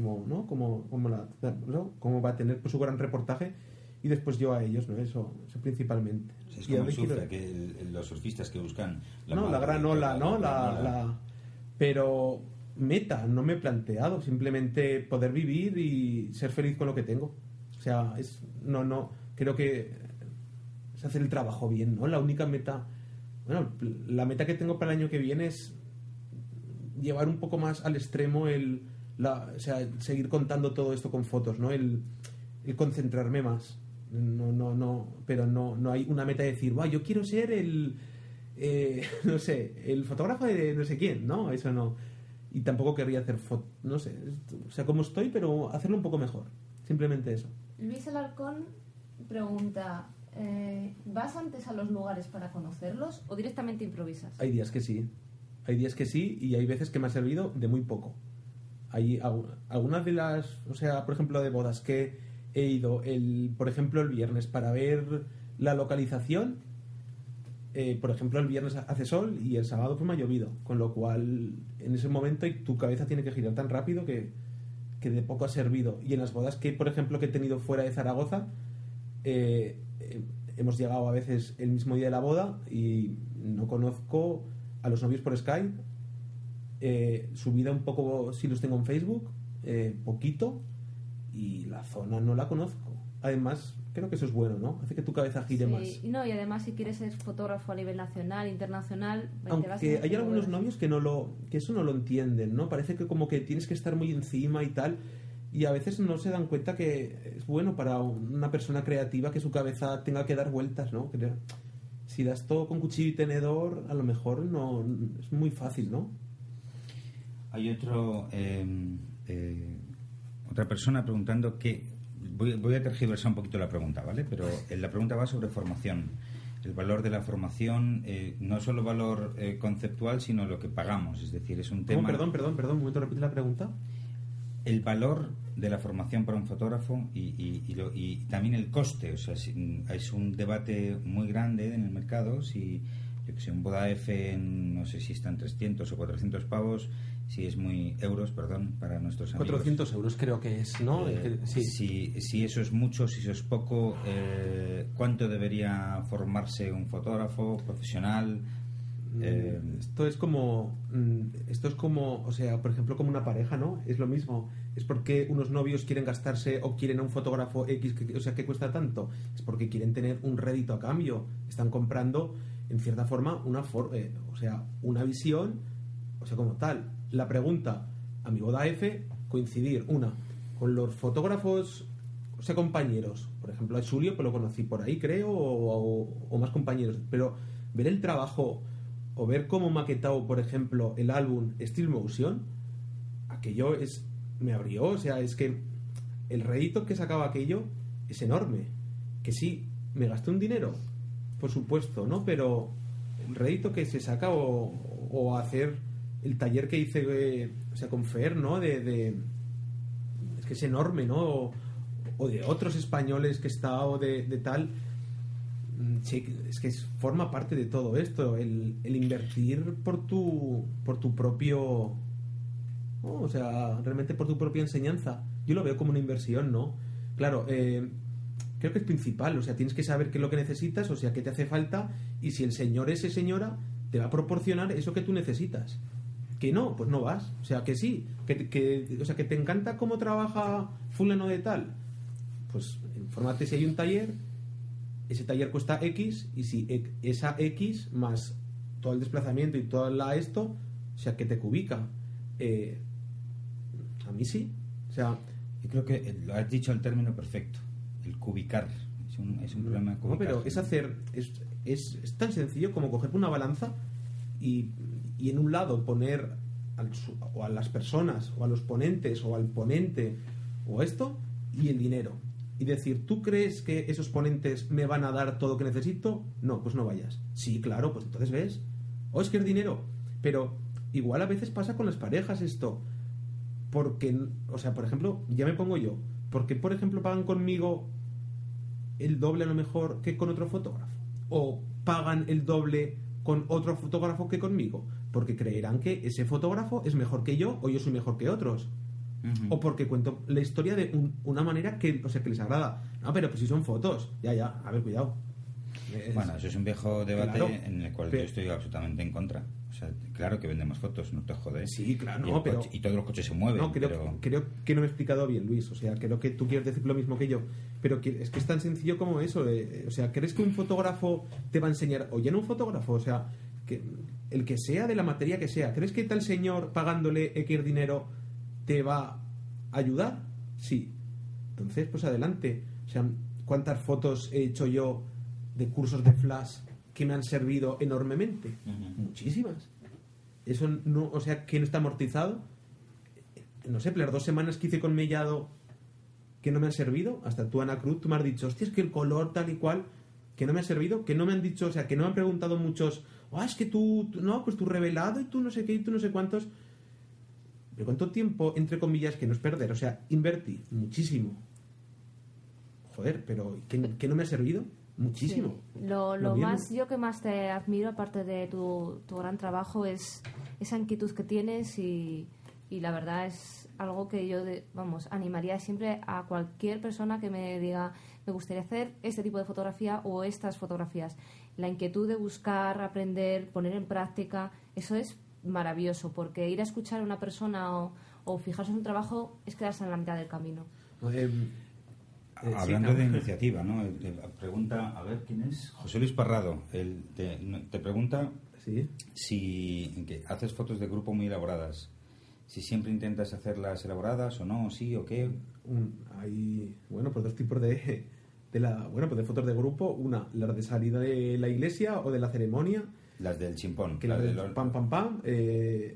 como va a tener pues, su gran reportaje, y después yo a ellos, ¿no? Eso principalmente. Es como el surf, los surfistas que buscan la gran ola, ¿no? Pero meta, no me he planteado, simplemente poder vivir y ser feliz con lo que tengo. O sea, creo que es hacer el trabajo bien, ¿no? La única meta, bueno, la meta que tengo para el año que viene es llevar un poco más al extremo o sea, seguir contando todo esto con fotos, ¿no? El concentrarme más. Pero no hay una meta de decir, yo quiero ser no sé, el fotógrafo de no sé quién, ¿no? Eso no. Y tampoco querría hacer no sé, o sea, como estoy, pero hacerlo un poco mejor. Simplemente eso. Luis Alarcón pregunta, ¿vas antes a los lugares para conocerlos o directamente improvisas? Hay días que sí. Y hay veces que me ha servido de muy poco. Hay algunas de las, o sea, por ejemplo, de bodas que he ido, por ejemplo, el viernes para ver la localización. Por ejemplo, el viernes hace sol y el sábado pues me ha llovido, con lo cual en ese momento tu cabeza tiene que girar tan rápido que de poco ha servido. Y en las bodas que, por ejemplo, que he tenido fuera de Zaragoza, hemos llegado a veces el mismo día de la boda y no conozco a los novios por Skype. Su vida un poco, si los tengo en Facebook, poquito, y la zona no la conozco. Además, creo que eso es bueno, ¿no? Hace que tu cabeza gire más. No, y además si quieres ser fotógrafo a nivel nacional, internacional, aunque hay algunos novios que eso no lo entienden, ¿no? Parece que como que tienes que estar muy encima y tal, y a veces no se dan cuenta que es bueno para una persona creativa que su cabeza tenga que dar vueltas, ¿no? Que si das todo con cuchillo y tenedor, a lo mejor no es muy fácil, ¿no? Hay otro otra persona preguntando que... Voy a tergiversar un poquito la pregunta, ¿vale? Pero la pregunta va sobre formación. El valor de la formación, no solo valor conceptual, sino lo que pagamos. Es decir, es un tema... Perdón, un momento, repite la pregunta. El valor de la formación para un fotógrafo y también el coste. O sea, es un debate muy grande en el mercado. Si, yo que sé, un Boda F, no sé si están 300 o 400 pavos, si es muy euros, perdón, para nuestros amigos. 400 euros creo que es, ¿no? Sí. Si eso es mucho, si eso es poco, ¿cuánto debería formarse un fotógrafo profesional? Esto es como, o sea, por ejemplo, como una pareja, ¿no? Es lo mismo. Es porque unos novios quieren gastarse o quieren a un fotógrafo X, o sea, que cuesta tanto. Es porque quieren tener un rédito a cambio. Están comprando, en cierta forma, una visión, o sea, como tal. La pregunta a mi Boda F, coincidir, con los fotógrafos, o sea, compañeros. Por ejemplo, a Julio, pues lo conocí por ahí, creo, o más compañeros. Pero ver el trabajo o ver cómo maquetado, por ejemplo, el álbum Steel Motion, aquello me abrió. O sea, es que el rédito que sacaba aquello es enorme. Que sí, me gasté un dinero, por supuesto, ¿no? Pero el rédito que se saca o hacer el taller que hice, o sea, con Fer, ¿no? Es que es enorme, ¿no? O de otros españoles que está o de tal. Sí, es que forma parte de todo esto, el invertir por tu propio, ¿no? O sea, realmente por tu propia enseñanza. Yo lo veo como una inversión, ¿no? Claro, creo que es principal. O sea, tienes que saber qué es lo que necesitas, o sea, qué te hace falta, y si el señor, ese señora, te va a proporcionar eso que tú necesitas. Que no, pues no vas. O sea, que sí, o sea, que te encanta cómo trabaja fulano de tal, pues infórmate si hay un taller. Ese taller cuesta X, y si esa X más todo el desplazamiento y todo o sea, que te cubica. A mí sí. O sea, yo creo que lo has dicho el término perfecto, el cubicar. Es un problema de cubicar. No, pero es hacer, es tan sencillo como coger una balanza y en un lado poner o a las personas o a los ponentes o al ponente o esto y el dinero. Y decir, ¿tú crees que esos ponentes me van a dar todo lo que necesito? No, pues no vayas. Sí, claro, pues entonces ves. O es que es dinero. Pero igual a veces pasa con las parejas esto. Porque, o sea, por ejemplo, ya me pongo yo. Porque, por ejemplo, pagan conmigo el doble a lo mejor que con otro fotógrafo. O pagan el doble con otro fotógrafo que conmigo. Porque creerán que ese fotógrafo es mejor que yo o yo soy mejor que otros. O porque cuento la historia de una manera que, o sea, que les agrada. No, pero pues si son fotos, ya, a ver, cuidado. Bueno, eso es un viejo debate, claro, en el cual pero yo estoy absolutamente en contra. O sea, claro que vendemos fotos, no te jodes. Sí, claro, no, pero y todos los coches se mueven. No, creo que no me he explicado bien, Luis. O sea, creo que tú quieres decir lo mismo que yo. Pero es que es tan sencillo como eso. O sea, ¿crees que un fotógrafo te va a enseñar? Oye, no un fotógrafo, o sea, que el que sea, de la materia que sea. ¿Crees que tal señor pagándole X dinero te va a ayudar? Sí. Entonces, pues adelante. O sea, ¿cuántas fotos he hecho yo de cursos de flash que me han servido enormemente? Muchísimas. Eso no, o sea, que no está amortizado. No sé, las 2 semanas que hice con Mellado que no me han servido. Hasta tú, Ana Cruz, tú me has dicho, hostia, es que el color tal y cual, que no me ha servido, que no me han dicho, o sea, que no me han preguntado muchos, es que tú no, pues tú revelado y tú no sé qué y tú no sé cuántos. Pero ¿cuánto tiempo, entre comillas, que no es perder? O sea, invertí muchísimo. Joder, pero ¿qué no me ha servido? Muchísimo. Sí. Lo más, yo que más te admiro, aparte de tu gran trabajo, es esa inquietud que tienes y la verdad es algo que yo, animaría siempre a cualquier persona que me diga, me gustaría hacer este tipo de fotografía o estas fotografías. La inquietud de buscar, aprender, poner en práctica, eso es maravilloso, porque ir a escuchar a una persona o fijarse en un trabajo es quedarse en la mitad del camino. Hablando de iniciativa, ¿no? Pregunta, a ver, ¿quién es? José Luis Parrado. Te pregunta, ¿sí?, si que haces fotos de grupo muy elaboradas. Si siempre intentas hacerlas elaboradas o no, sí o qué. Hay, pues 2 tipos de fotos de grupo. Una, las de salida de la iglesia o de la ceremonia. Las del chimpón. Que las del pam, pam, pam.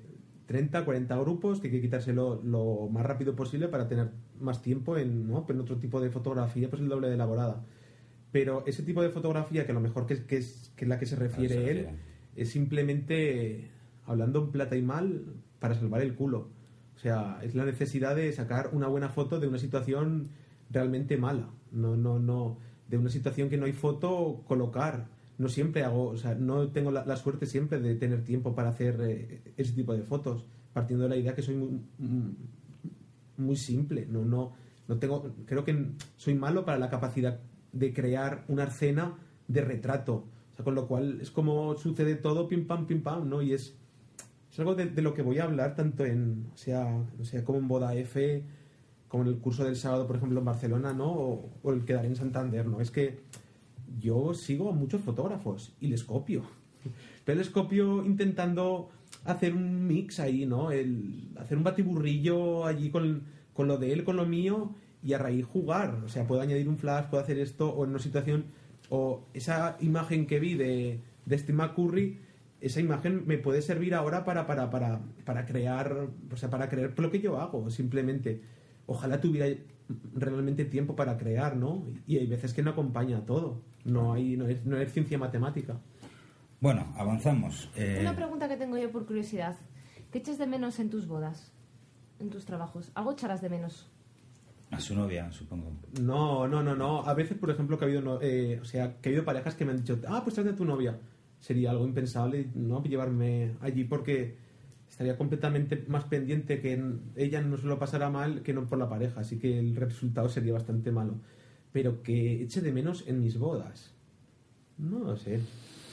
30, 40 grupos, que hay que quitárselo lo más rápido posible para tener más tiempo en, ¿no? en otro tipo de fotografía, pues el doble de elaborada. Pero ese tipo de fotografía, que a lo mejor que es la que se refiere él, es simplemente hablando en plata y mal para salvar el culo. O sea, es la necesidad de sacar una buena foto de una situación realmente mala. No, de una situación que no hay foto, colocar. No siempre hago, o sea, no tengo la suerte siempre de tener tiempo para hacer ese tipo de fotos, partiendo de la idea que soy muy simple. No tengo, creo que soy malo para la capacidad de crear una escena de retrato. O sea, con lo cual es como sucede todo pim pam, ¿no? Y es algo de lo que voy a hablar tanto en, o sea como en Boda F, como en el curso del sábado, por ejemplo, en Barcelona, ¿no? O el que daré en Santander, ¿no? Es que yo sigo a muchos fotógrafos y les copio. Pero les copio intentando hacer un mix ahí, ¿no? Hacer un batiburrillo allí con lo de él, con lo mío, y a raíz jugar. O sea, puedo añadir un flash, puedo hacer esto, o en una situación, o esa imagen que vi de Steve McCurry, esa imagen me puede servir ahora para crear, o sea, para creer lo que yo hago, simplemente. Ojalá tuviera realmente tiempo para crear, ¿no? Y hay veces que no acompaña todo. No es ciencia matemática. Bueno, avanzamos. Una pregunta que tengo yo por curiosidad. ¿Qué echas de menos en tus bodas? En tus trabajos. ¿Algo echarás de menos? A su novia, supongo. No. A veces, por ejemplo, que ha habido parejas que me han dicho, pues tráete a tu novia. Sería algo impensable, ¿no? Llevarme allí porque estaría completamente más pendiente que ella no se lo pasara mal que no por la pareja. Así que el resultado sería bastante malo. Pero que eche de menos en mis bodas. No lo sé.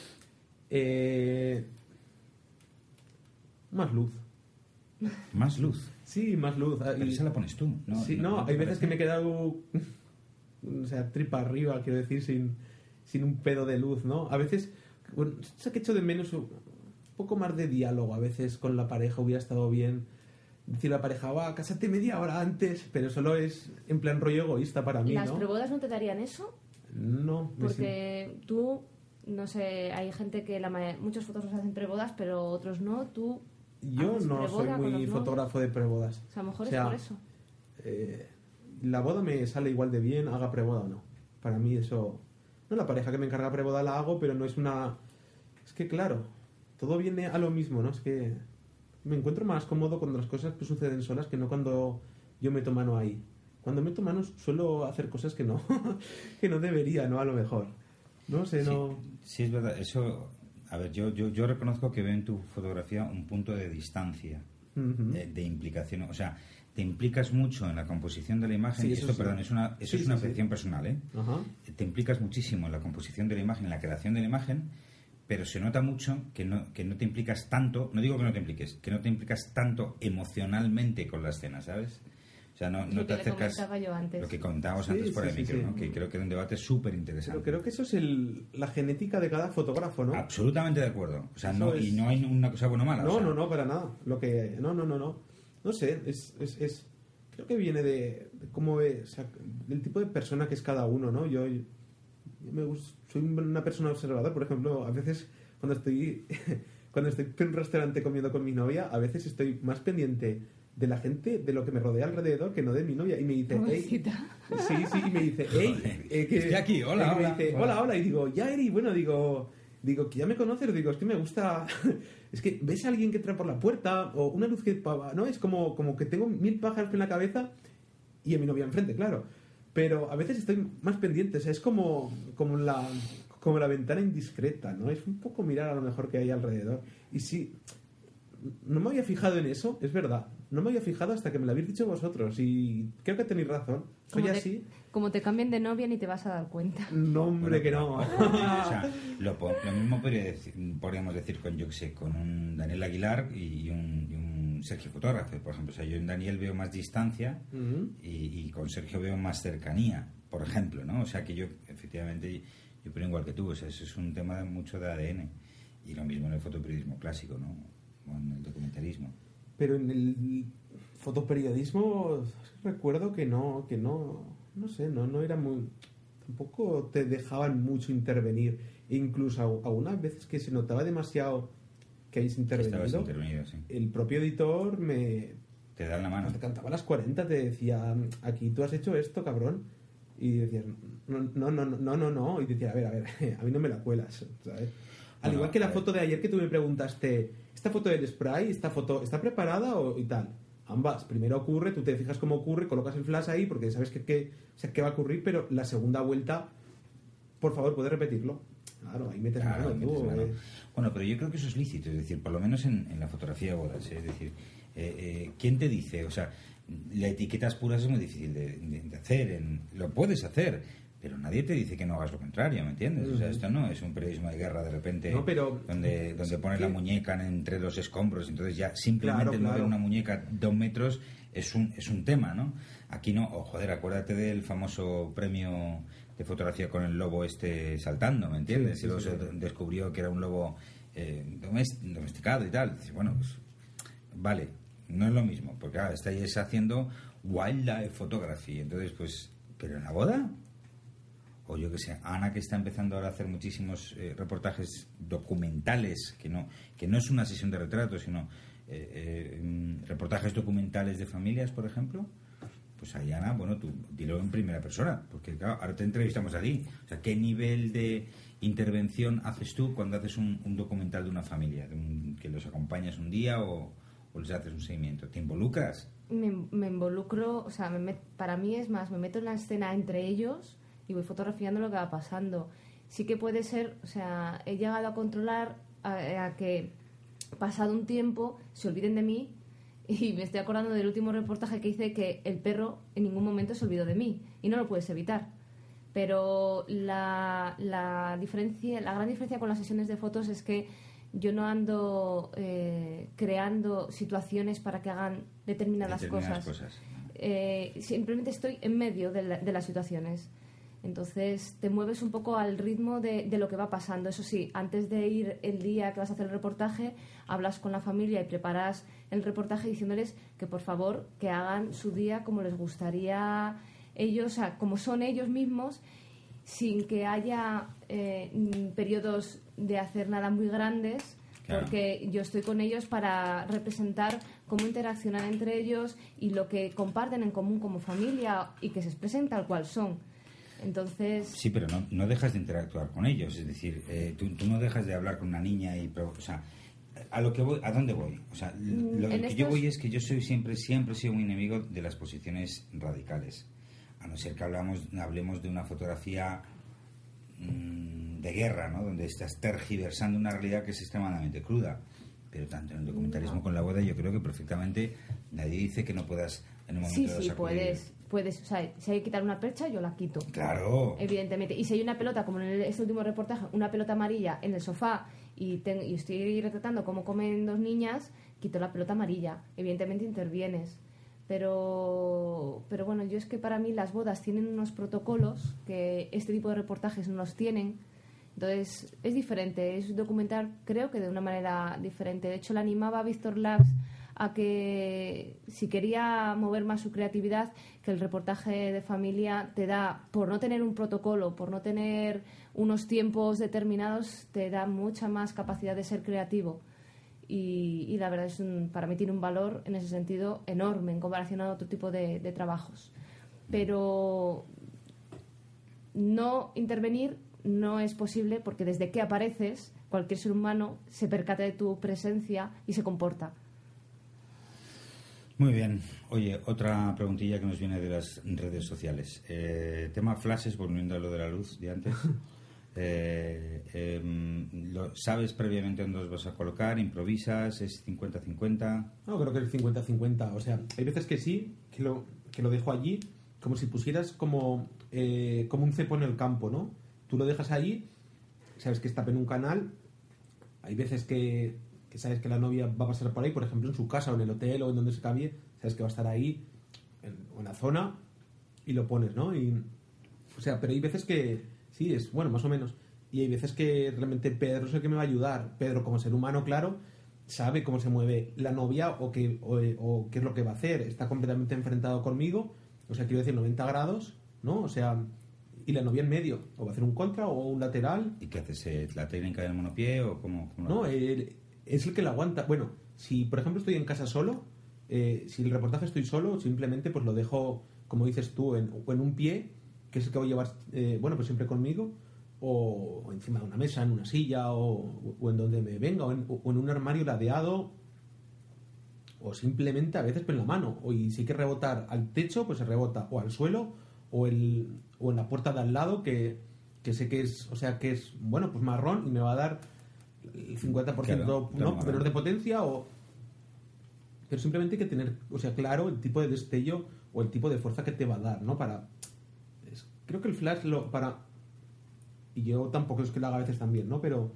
Más luz. ¿Más luz? Sí, más luz. Pero esa la pones tú, ¿no? Sí, hay veces que me he quedado, o sea, tripa arriba, quiero decir, sin un pedo de luz, ¿no? A veces, bueno, sé que echo de menos un poco más de diálogo. A veces con la pareja hubiera estado bien decir a la pareja, cásate media hora antes, pero solo es en plan rollo egoísta para mí, ¿no? ¿Las prebodas no te darían eso? No. Porque tú, no sé, hay gente que muchos fotógrafos hacen prebodas, pero otros no. Tú yo no soy muy fotógrafo de prebodas. O sea, a lo mejor es por eso. La boda me sale igual de bien, haga preboda o no. Para mí eso... No, la pareja que me encarga preboda la hago, pero no es una... Es que claro, todo viene a lo mismo, ¿no? Es que me encuentro más cómodo cuando las cosas pues suceden solas que no cuando yo meto mano ahí. Cuando meto mano suelo hacer cosas que no que no debería, ¿no? A lo mejor. No sé, no... Sí, es verdad. Eso... A ver, yo reconozco que veo en tu fotografía un punto de distancia, de implicación. O sea, te implicas mucho en la composición de la imagen. Sí, y esto, sí. perdón, es una apreciación personal, ¿eh? Ajá. Te implicas muchísimo en la composición de la imagen, en la creación de la imagen, pero se nota mucho que no te implicas tanto, no digo que no te impliques, que no te implicas tanto emocionalmente con la escena, ¿sabes? O sea, no te acercas lo que comentábamos antes por el micro, ¿no? Que creo que era un debate súper interesante. Pero creo que eso es la genética de cada fotógrafo, ¿no? Absolutamente de acuerdo. O sea, y no hay una cosa buena o mala. No, para nada. No sé, creo que viene de cómo ve, o sea, del tipo de persona que es cada uno, ¿no? Yo soy una persona observadora, por ejemplo, a veces cuando estoy en un restaurante comiendo con mi novia, a veces estoy más pendiente de la gente, de lo que me rodea alrededor, que no de mi novia. Y me dice, y me dice, estoy aquí, hola. Me dice, hola, y digo, ya, Eri, bueno, digo, que ya me conoces, digo, es que me gusta, es que ves a alguien que entra por la puerta, o una luz que, ¿no? Es como que tengo 1000 pájaros en la cabeza y a mi novia enfrente, claro. Pero a veces estoy más pendiente, o sea, es como la ventana indiscreta, ¿no? Es un poco mirar a lo mejor que hay alrededor. Y sí, no me había fijado en eso, es verdad. No me había fijado hasta que me lo habéis dicho vosotros y creo que tenéis razón. Soy así. Como te cambien de novia ni te vas a dar cuenta. No, hombre, que no. O sea, lo mismo podríamos decir con, yo que sé, con un Daniel Aguilar y un Sergio fotógrafo, por ejemplo. O sea, yo en Daniel veo más distancia y con Sergio veo más cercanía, por ejemplo, ¿no? O sea, que yo, efectivamente, yo opino igual que tú. O sea, eso es un tema mucho de ADN. Y lo mismo en el fotoperiodismo clásico, ¿no? O en el documentarismo. Pero en el fotoperiodismo recuerdo que no sé, no era muy... Tampoco te dejaban mucho intervenir. E incluso algunas veces que se notaba demasiado que hayas intervenido, sí. el propio editor te dan la mano. te cantaba a las 40, te decía, aquí tú has hecho esto, cabrón. Y decías, no. Y decía, a ver, a mí no me la cuelas, ¿sabes? Al igual que la foto de ayer que tú me preguntaste, ¿esta foto del spray, esta foto está preparada y tal? Ambas. Primero ocurre, tú te fijas cómo ocurre, colocas el flash ahí porque sabes que va a ocurrir, pero la segunda vuelta, por favor, ¿puedes repetirlo? Claro, ahí metes mano tú. Bueno, pero yo creo que eso es lícito, es decir, por lo menos en la fotografía de bodas, es decir, ¿quién te dice? O sea, la etiquetas puras es muy difícil de hacer, lo puedes hacer, pero nadie te dice que no hagas lo contrario, ¿me entiendes? O sea, esto no es un periodismo de guerra de repente donde pones la muñeca entre los escombros, entonces ya simplemente no ver una muñeca 2 metros es un tema, ¿no? Aquí no, joder, acuérdate del famoso premio de fotografía con el lobo saltando, ¿me entiendes? Y luego se descubrió que era un lobo domesticado y tal. Dices, bueno, pues vale, no es lo mismo, porque ahora estáis haciendo wildlife photography, entonces pues, ¿pero en la boda? O yo que sé, Ana, que está empezando ahora a hacer muchísimos reportajes documentales, que no es una sesión de retratos, sino reportajes documentales de familias, por ejemplo. Pues ahí, Ana, bueno, tú dilo en primera persona, porque claro, ahora te entrevistamos a ti. O sea, ¿qué nivel de intervención haces tú cuando haces un documental de una familia? ¿Que los acompañas un día o les haces un seguimiento? ¿Te involucras? Me involucro, o sea, para mí es más, me meto en la escena entre ellos y voy fotografiando lo que va pasando. Sí que puede ser, o sea, he llegado a controlar a que pasado un tiempo se olviden de mí. Y me estoy acordando del último reportaje que hice, que el perro en ningún momento se olvidó de mí y no lo puedes evitar. Pero la gran diferencia con las sesiones de fotos es que yo no ando creando situaciones para que hagan determinadas cosas. Simplemente estoy en medio de las situaciones. Entonces te mueves un poco al ritmo de lo que va pasando. Eso sí, antes de ir el día que vas a hacer el reportaje, hablas con la familia y preparas el reportaje diciéndoles que por favor que hagan su día como les gustaría ellos, o sea, como son ellos mismos, sin que haya periodos de hacer nada muy grandes. Claro. Porque yo estoy con ellos para representar cómo interaccionan entre ellos y lo que comparten en común como familia y que se expresen tal cual son. Entonces... Sí, pero no dejas de interactuar con ellos, es decir, tú no dejas de hablar con una niña o sea, ¿a dónde voy? O sea, yo voy es que yo siempre he sido un enemigo de las posiciones radicales, a no ser que hablemos de una fotografía de guerra, ¿no? Donde estás tergiversando una realidad que es extremadamente cruda. Pero tanto en el documentarismo con la boda, yo creo que perfectamente nadie dice que no puedas en un momento dado sacudir. Puedes, o sea, si hay que quitar una percha, yo la quito. Claro. Evidentemente. Y si hay una pelota, como en este último reportaje, una pelota amarilla en el sofá y estoy retratando cómo comen 2 niñas, quito la pelota amarilla. Evidentemente intervienes. Pero bueno, yo es que para mí las bodas tienen unos protocolos que este tipo de reportajes no los tienen. Entonces es diferente, es documentar, creo que de una manera diferente. De hecho, le animaba a Víctor Labs a que, si quería mover más su creatividad, que el reportaje de familia te da, por no tener un protocolo, por no tener unos tiempos determinados, te da mucha más capacidad de ser creativo. Y la verdad para mí tiene un valor en ese sentido enorme en comparación a otro tipo de trabajos. Pero no intervenir no es posible, porque desde que apareces cualquier ser humano se percata de tu presencia y se comporta. Muy bien. Oye, otra preguntilla que nos viene de las redes sociales. Tema flashes, volviendo a lo de la luz de antes. ¿Sabes previamente dónde los vas a colocar? ¿Improvisas? ¿Es 50-50? No, creo que es 50-50. O sea, hay veces que sí, que lo dejo allí, como si pusieras como un cepo en el campo, ¿no? Tú lo dejas ahí, sabes que está en un canal. Hay veces que sabes que la novia va a pasar por ahí, por ejemplo, en su casa o en el hotel o en donde se cambie, sabes que va a estar ahí en la zona y lo pones, ¿no? O sea, pero hay veces que sí, es bueno, más o menos. Y hay veces que realmente Pedro es el que me va a ayudar. Pedro, como ser humano, claro, sabe cómo se mueve la novia o qué es lo que va a hacer. Está completamente enfrentado conmigo, o sea, quiero decir 90 grados, ¿no? O sea, y la novia en medio, o va a hacer un contra o un lateral. ¿Y qué haces? ¿La técnica del monopié o cómo no, es el que lo aguanta. Bueno, si por ejemplo estoy en casa solo, si el reportaje estoy solo, simplemente pues lo dejo, como dices tú, o en un pie, que es el que voy a llevar, pues siempre conmigo, o encima de una mesa, en una silla, o en donde me venga, o en un armario ladeado, o simplemente a veces en la mano. Y si hay que rebotar al techo, pues se rebota o al suelo o en la puerta de al lado, que sé que es, que es, bueno, pues marrón y me va a dar el 50% claro, menor de potencia, pero simplemente hay que tener, claro el tipo de destello o el tipo de fuerza que te va a dar, ¿no? Creo que el flash y yo tampoco es que lo haga a veces también, ¿no? Pero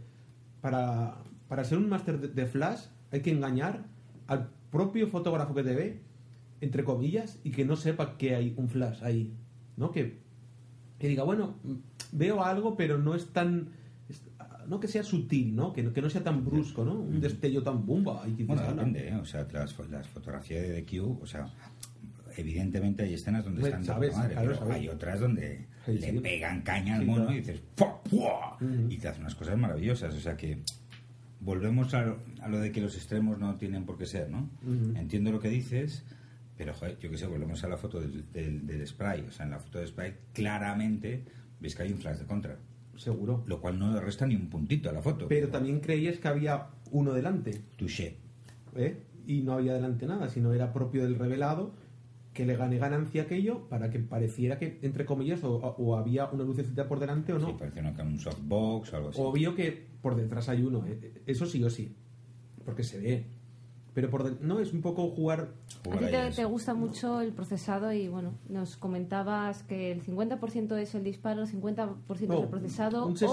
para ser un máster de flash hay que engañar al propio fotógrafo que te ve, entre comillas, y que no sepa que hay un flash ahí, ¿no? Que diga, bueno, veo algo, pero no es tan... No que sea sutil, ¿no? Que no sea tan brusco, ¿no? Un destello tan bomba. Bueno, depende, ¿eh? Las fotografías de DQ, evidentemente hay escenas donde están de madre, pero ¿sabes? Hay otras donde le pegan caña al mono, claro. Y dices ¡pua, pua! Y te hacen unas cosas maravillosas. O sea que volvemos a lo de que los extremos no tienen por qué ser, ¿no? Entiendo lo que dices, pero joder, yo qué sé, volvemos a la foto del spray. O sea, en la foto del spray claramente ves que hay un flash de contra. Seguro. Lo cual no le resta ni un puntito a la foto. Pero también creías que había uno delante. Touché. Y no había delante nada, sino era propio del revelado, que le gane ganancia aquello para que pareciera que, entre comillas, o había una lucecita por delante o no. Sí, parecía un softbox o algo así. Obvio que por detrás hay uno, eso sí o sí, porque se ve. Pero no, es un poco jugar a ti te gusta mucho el procesado y bueno, nos comentabas que el 50% es el disparo, el 50% es el procesado. Un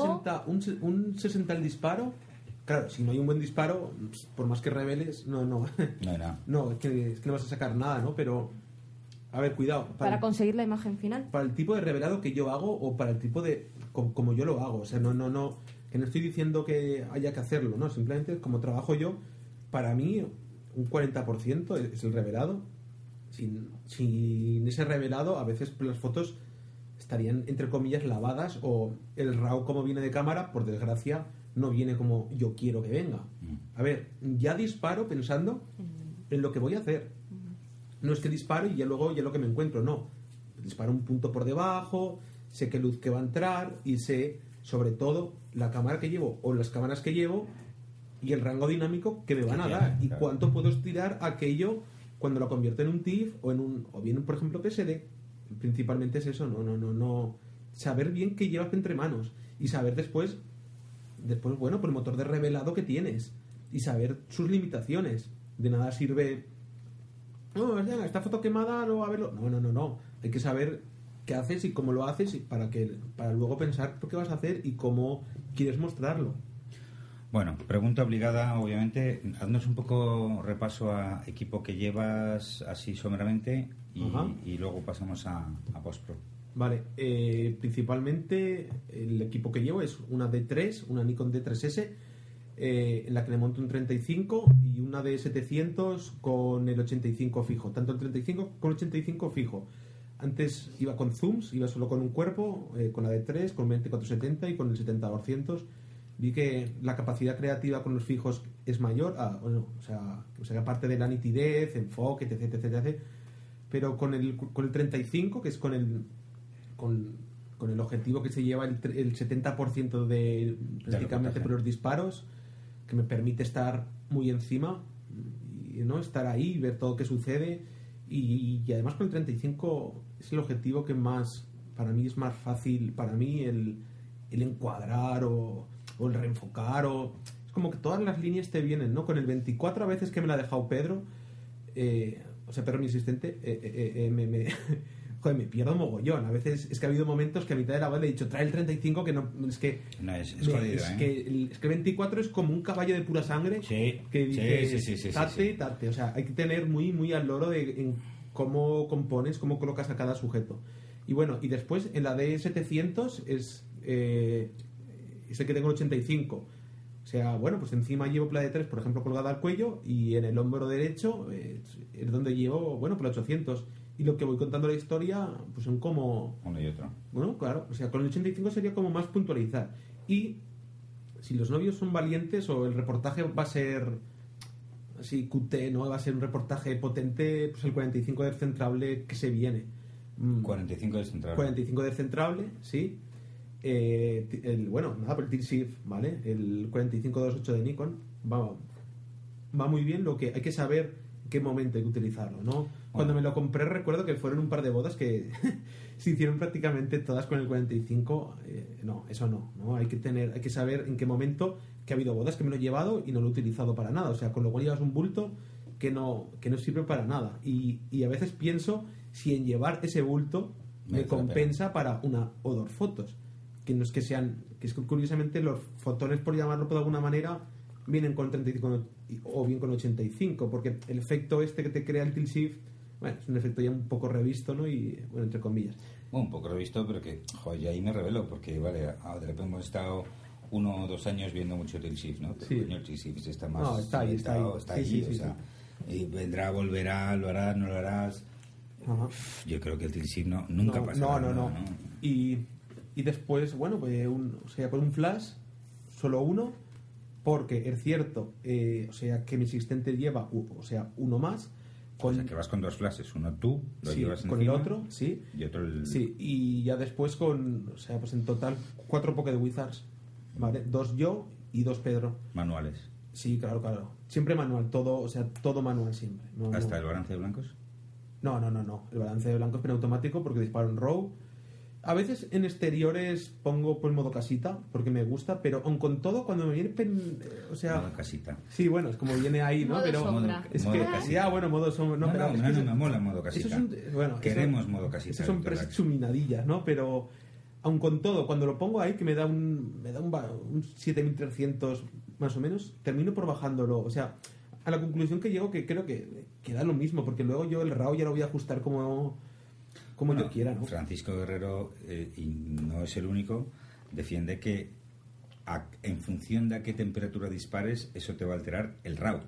60 el disparo. Claro, si no hay un buen disparo, por más que reveles, no hay nada. No, es que no vas a sacar nada, ¿no? Pero a ver, cuidado. Para conseguir la imagen final. Para el tipo de revelado que yo hago o para el tipo de como yo lo hago, o sea, no que no estoy diciendo que haya que hacerlo, no, simplemente como trabajo yo, para mí un 40% es el revelado. Sin ese revelado, a veces las fotos estarían, entre comillas, lavadas, o el RAW como viene de cámara, por desgracia, no viene como yo quiero que venga. A ver, ya disparo pensando en lo que voy a hacer. No es que disparo y ya luego ya lo que me encuentro, no. Disparo un punto por debajo, sé qué luz que va a entrar y sé, sobre todo, la cámara que llevo o las cámaras que llevo y el rango dinámico que me van a dar y cuánto puedo estirar aquello cuando lo convierto en un TIFF o bien, por ejemplo, PSD. Principalmente es eso, no saber bien qué llevas entre manos y saber después, bueno, por el motor de revelado que tienes y saber sus limitaciones. De nada sirve, no, esta foto quemada no va a verlo. No, hay que saber qué haces y cómo lo haces para luego pensar qué vas a hacer y cómo quieres mostrarlo. Bueno, pregunta obligada, obviamente. Haznos un poco repaso a equipo que llevas así someramente y luego pasamos a postpro. Vale, principalmente el equipo que llevo es una D3, una Nikon D3S, en la que le monto un 35 y una D700 con el 85 fijo. Tanto el 35 con el 85 fijo. Antes iba con zooms, iba solo con un cuerpo, con la D3, con 24-70 y con el 70-200. Vi que la capacidad creativa con los fijos es mayor, o sea, aparte de la nitidez, enfoque, etc. Pero con el 35, que es con el objetivo que se lleva el 70% de prácticamente por los disparos, que me permite estar muy encima y no estar ahí, ver todo lo que sucede y además con el 35 es el objetivo que más, para mí es más fácil, para mí el encuadrar o el reenfocar, es como que todas las líneas te vienen, ¿no? Con el 24 a veces que me la ha dejado Pedro, Pedro mi asistente, me pierdo mogollón. A veces es que ha habido momentos que a mitad de la boda le he dicho trae el 35, que no es que no es jodido, que el 24 es como un caballo de pura sangre, que dice tate, o sea, hay que tener muy muy al loro en cómo compones, cómo colocas a cada sujeto. Y bueno, y después en la D700 es el que tengo el 85. O sea, bueno, pues encima llevo la D3, por ejemplo, colgada al cuello, y en el hombro derecho es donde llevo, bueno, por el 800. Y lo que voy contando la historia, pues son como... Uno y otro. Bueno, claro, o sea, con el 85 sería como más puntualizar. Y si los novios son valientes o el reportaje va a ser así QT, ¿no? Va a ser un reportaje potente, pues el 45 descentrable que se viene. 45 descentrable. 45 descentrable, sí. Bueno, nada, pero el T-Shift, ¿vale? El 4528 de Nikon va muy bien. Lo que hay que saber en qué momento hay que utilizarlo, ¿no? Cuando me lo compré recuerdo que fueron un par de bodas que se hicieron prácticamente todas con el 45. No, eso no. Hay que saber en qué momento, que ha habido bodas que me lo he llevado y no lo he utilizado para nada. O sea, con lo cual llevas un bulto que no sirve para nada. Y a veces pienso si en llevar ese bulto me compensa para una o dos fotos. Que no es que sean... Que es que curiosamente los fotones, por llamarlo de alguna manera, vienen con 35 o bien con 85, porque el efecto este que te crea el tilt shift, bueno, es un efecto ya un poco revisto, ¿no? Y, bueno, entre comillas. Bueno, un poco revisto, pero que, joder, ya ahí me revelo, porque, vale, de repente hemos estado 1 o 2 años viendo mucho tilt shift, ¿no? Pero, Sí. coño, el tilt shift está más... No, está ahí. Está ahí, Sí, o sea, y vendrá, volverá, lo harás, no lo harás... Ajá. Yo creo que el tilt shift nunca pasará. No. Y después, bueno, pues por un flash, solo uno, porque es cierto, que mi asistente lleva, uno más. O sea, que vas con 2 flashes, uno tú, lo sí, llevas con encima, el otro, sí. Y otro el... Sí, y ya después pues en total 4 Pocket Wizards, ¿vale? 2 yo y 2 Pedro. Manuales. Sí, claro. Siempre manual, todo manual siempre. ¿Hasta el balance de blancos? No. El balance de blancos es automático porque disparo en RAW. A veces en exteriores pongo por modo casita porque me gusta, pero aun con todo cuando me viene modo casita. Sí, bueno, es como viene ahí, ¿no? Modo Pero sombra. es modo que casita. ya, bueno, modo sombra. No, me mola modo casita. Queremos modo casita. Esas son presuminadillas, ¿no? Pero aun con todo, cuando lo pongo ahí que me da un 7300 más o menos, termino por bajándolo, o sea, a la conclusión que llego que creo que da lo mismo, porque luego yo el RAW ya lo voy a ajustar como yo quiera, ¿no? Francisco Guerrero, y no es el único, defiende que en función de a qué temperatura dispares, eso te va a alterar el RAW.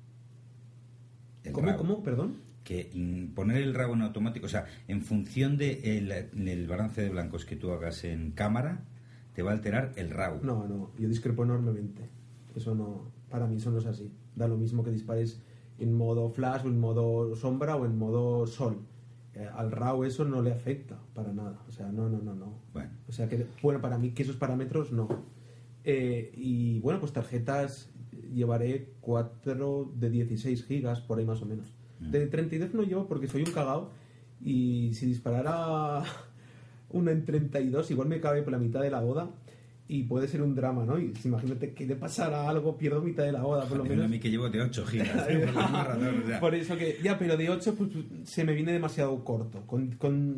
¿Cómo? Perdón. Que poner el RAW en automático, o sea, en función de el balance de blancos que tú hagas en cámara, te va a alterar el RAW. No, yo discrepo enormemente. Eso no, para mí eso no es así. Da lo mismo que dispares en modo flash o en modo sombra o en modo sol. Al RAW eso no le afecta para nada. O sea, no. Bueno. O sea, que bueno, para mí que esos parámetros no. Y bueno, pues tarjetas llevaré 4 de 16 gigas, por ahí más o menos. De 32 no llevo porque soy un cagao y si disparara una en 32 igual me cabe por la mitad de la boda y puede ser un drama, ¿no? Y imagínate que le pasara algo, pierdo mitad de la boda, por lo menos. A mí que llevo de 8 gigas. Por eso que, ya, pero de 8 pues, se me viene demasiado corto. Con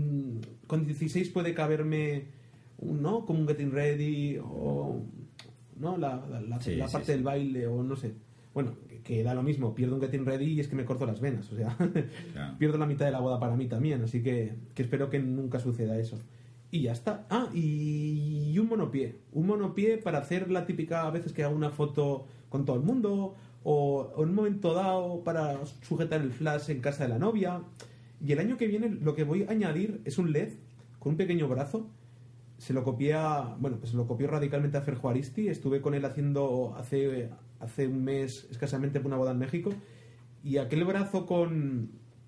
16 puede caberme ¿no? Como un Getting Ready o ¿no? la parte del baile o no sé. Bueno, que da lo mismo, pierdo un Getting Ready y es que me corto las venas, o sea, claro. Pierdo la mitad de la boda para mí también, así que espero que nunca suceda eso. Y ya está. Y un monopié para hacer la típica, a veces que hago una foto con todo el mundo o en un momento dado para sujetar el flash en casa de la novia. Y el año que viene lo que voy a añadir es un LED con un pequeño brazo. Se lo copió radicalmente a Fer Juaristi. Estuve con él haciendo hace un mes escasamente una boda en México y aquel brazo con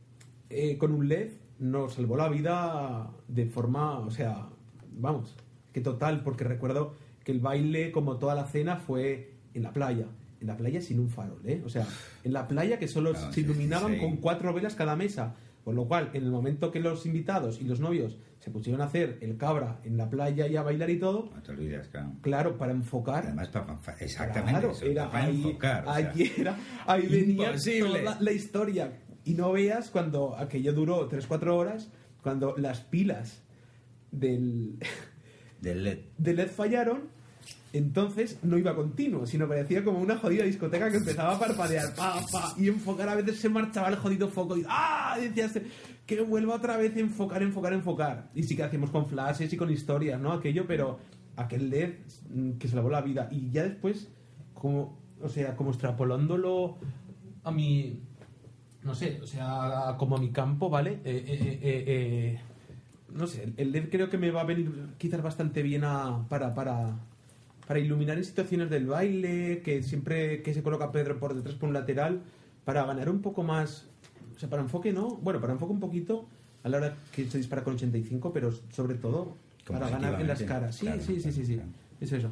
un LED nos salvó la vida de forma, o sea, vamos, que total, porque recuerdo que el baile, como toda la cena, fue en la playa sin un farol, o sea, en la playa que solo se iluminaban con 4 velas cada mesa, por lo cual, en el momento que los invitados y los novios se pusieron a hacer el cabra en la playa y a bailar y todo, no te olvides, claro, para enfocar, además exactamente, claro, eso, era para ahí, enfocar, ahí venía imposible. toda la historia. Y no veas cuando aquello duró 3-4 horas, cuando las pilas del LED fallaron, entonces no iba continuo, sino parecía como una jodida discoteca que empezaba a parpadear, y enfocar, a veces se marchaba el jodido foco y decías que vuelva otra vez a enfocar. Y sí que hacíamos con flashes y con historias, ¿no? Aquello, pero aquel LED que salvó la vida. Y ya después, como extrapolándolo a mi... No sé, o sea, como a mi campo, ¿vale? No sé, el LED creo que me va a venir quizás bastante bien para para iluminar en situaciones del baile, que siempre que se coloca Pedro por detrás por un lateral, para ganar un poco más, o sea, para enfoque no, bueno, para enfoque un poquito a la hora que se dispara con 85, pero sobre todo para ganar en las caras. Sí, Claro, sí, claro. es eso.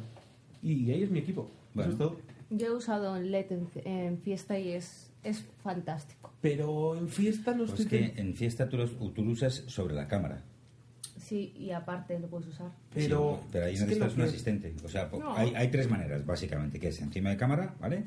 Y ahí es mi equipo, Bueno. eso es todo. Yo he usado en LED en fiesta y es fantástico. Pero en fiesta no Pues estoy... que en fiesta tú lo usas sobre la cámara. Sí, y aparte lo puedes usar. Pero, Sí, pero ahí es que necesitas lo un que- asistente. O sea, No. hay tres maneras, básicamente, que es encima de cámara, ¿vale?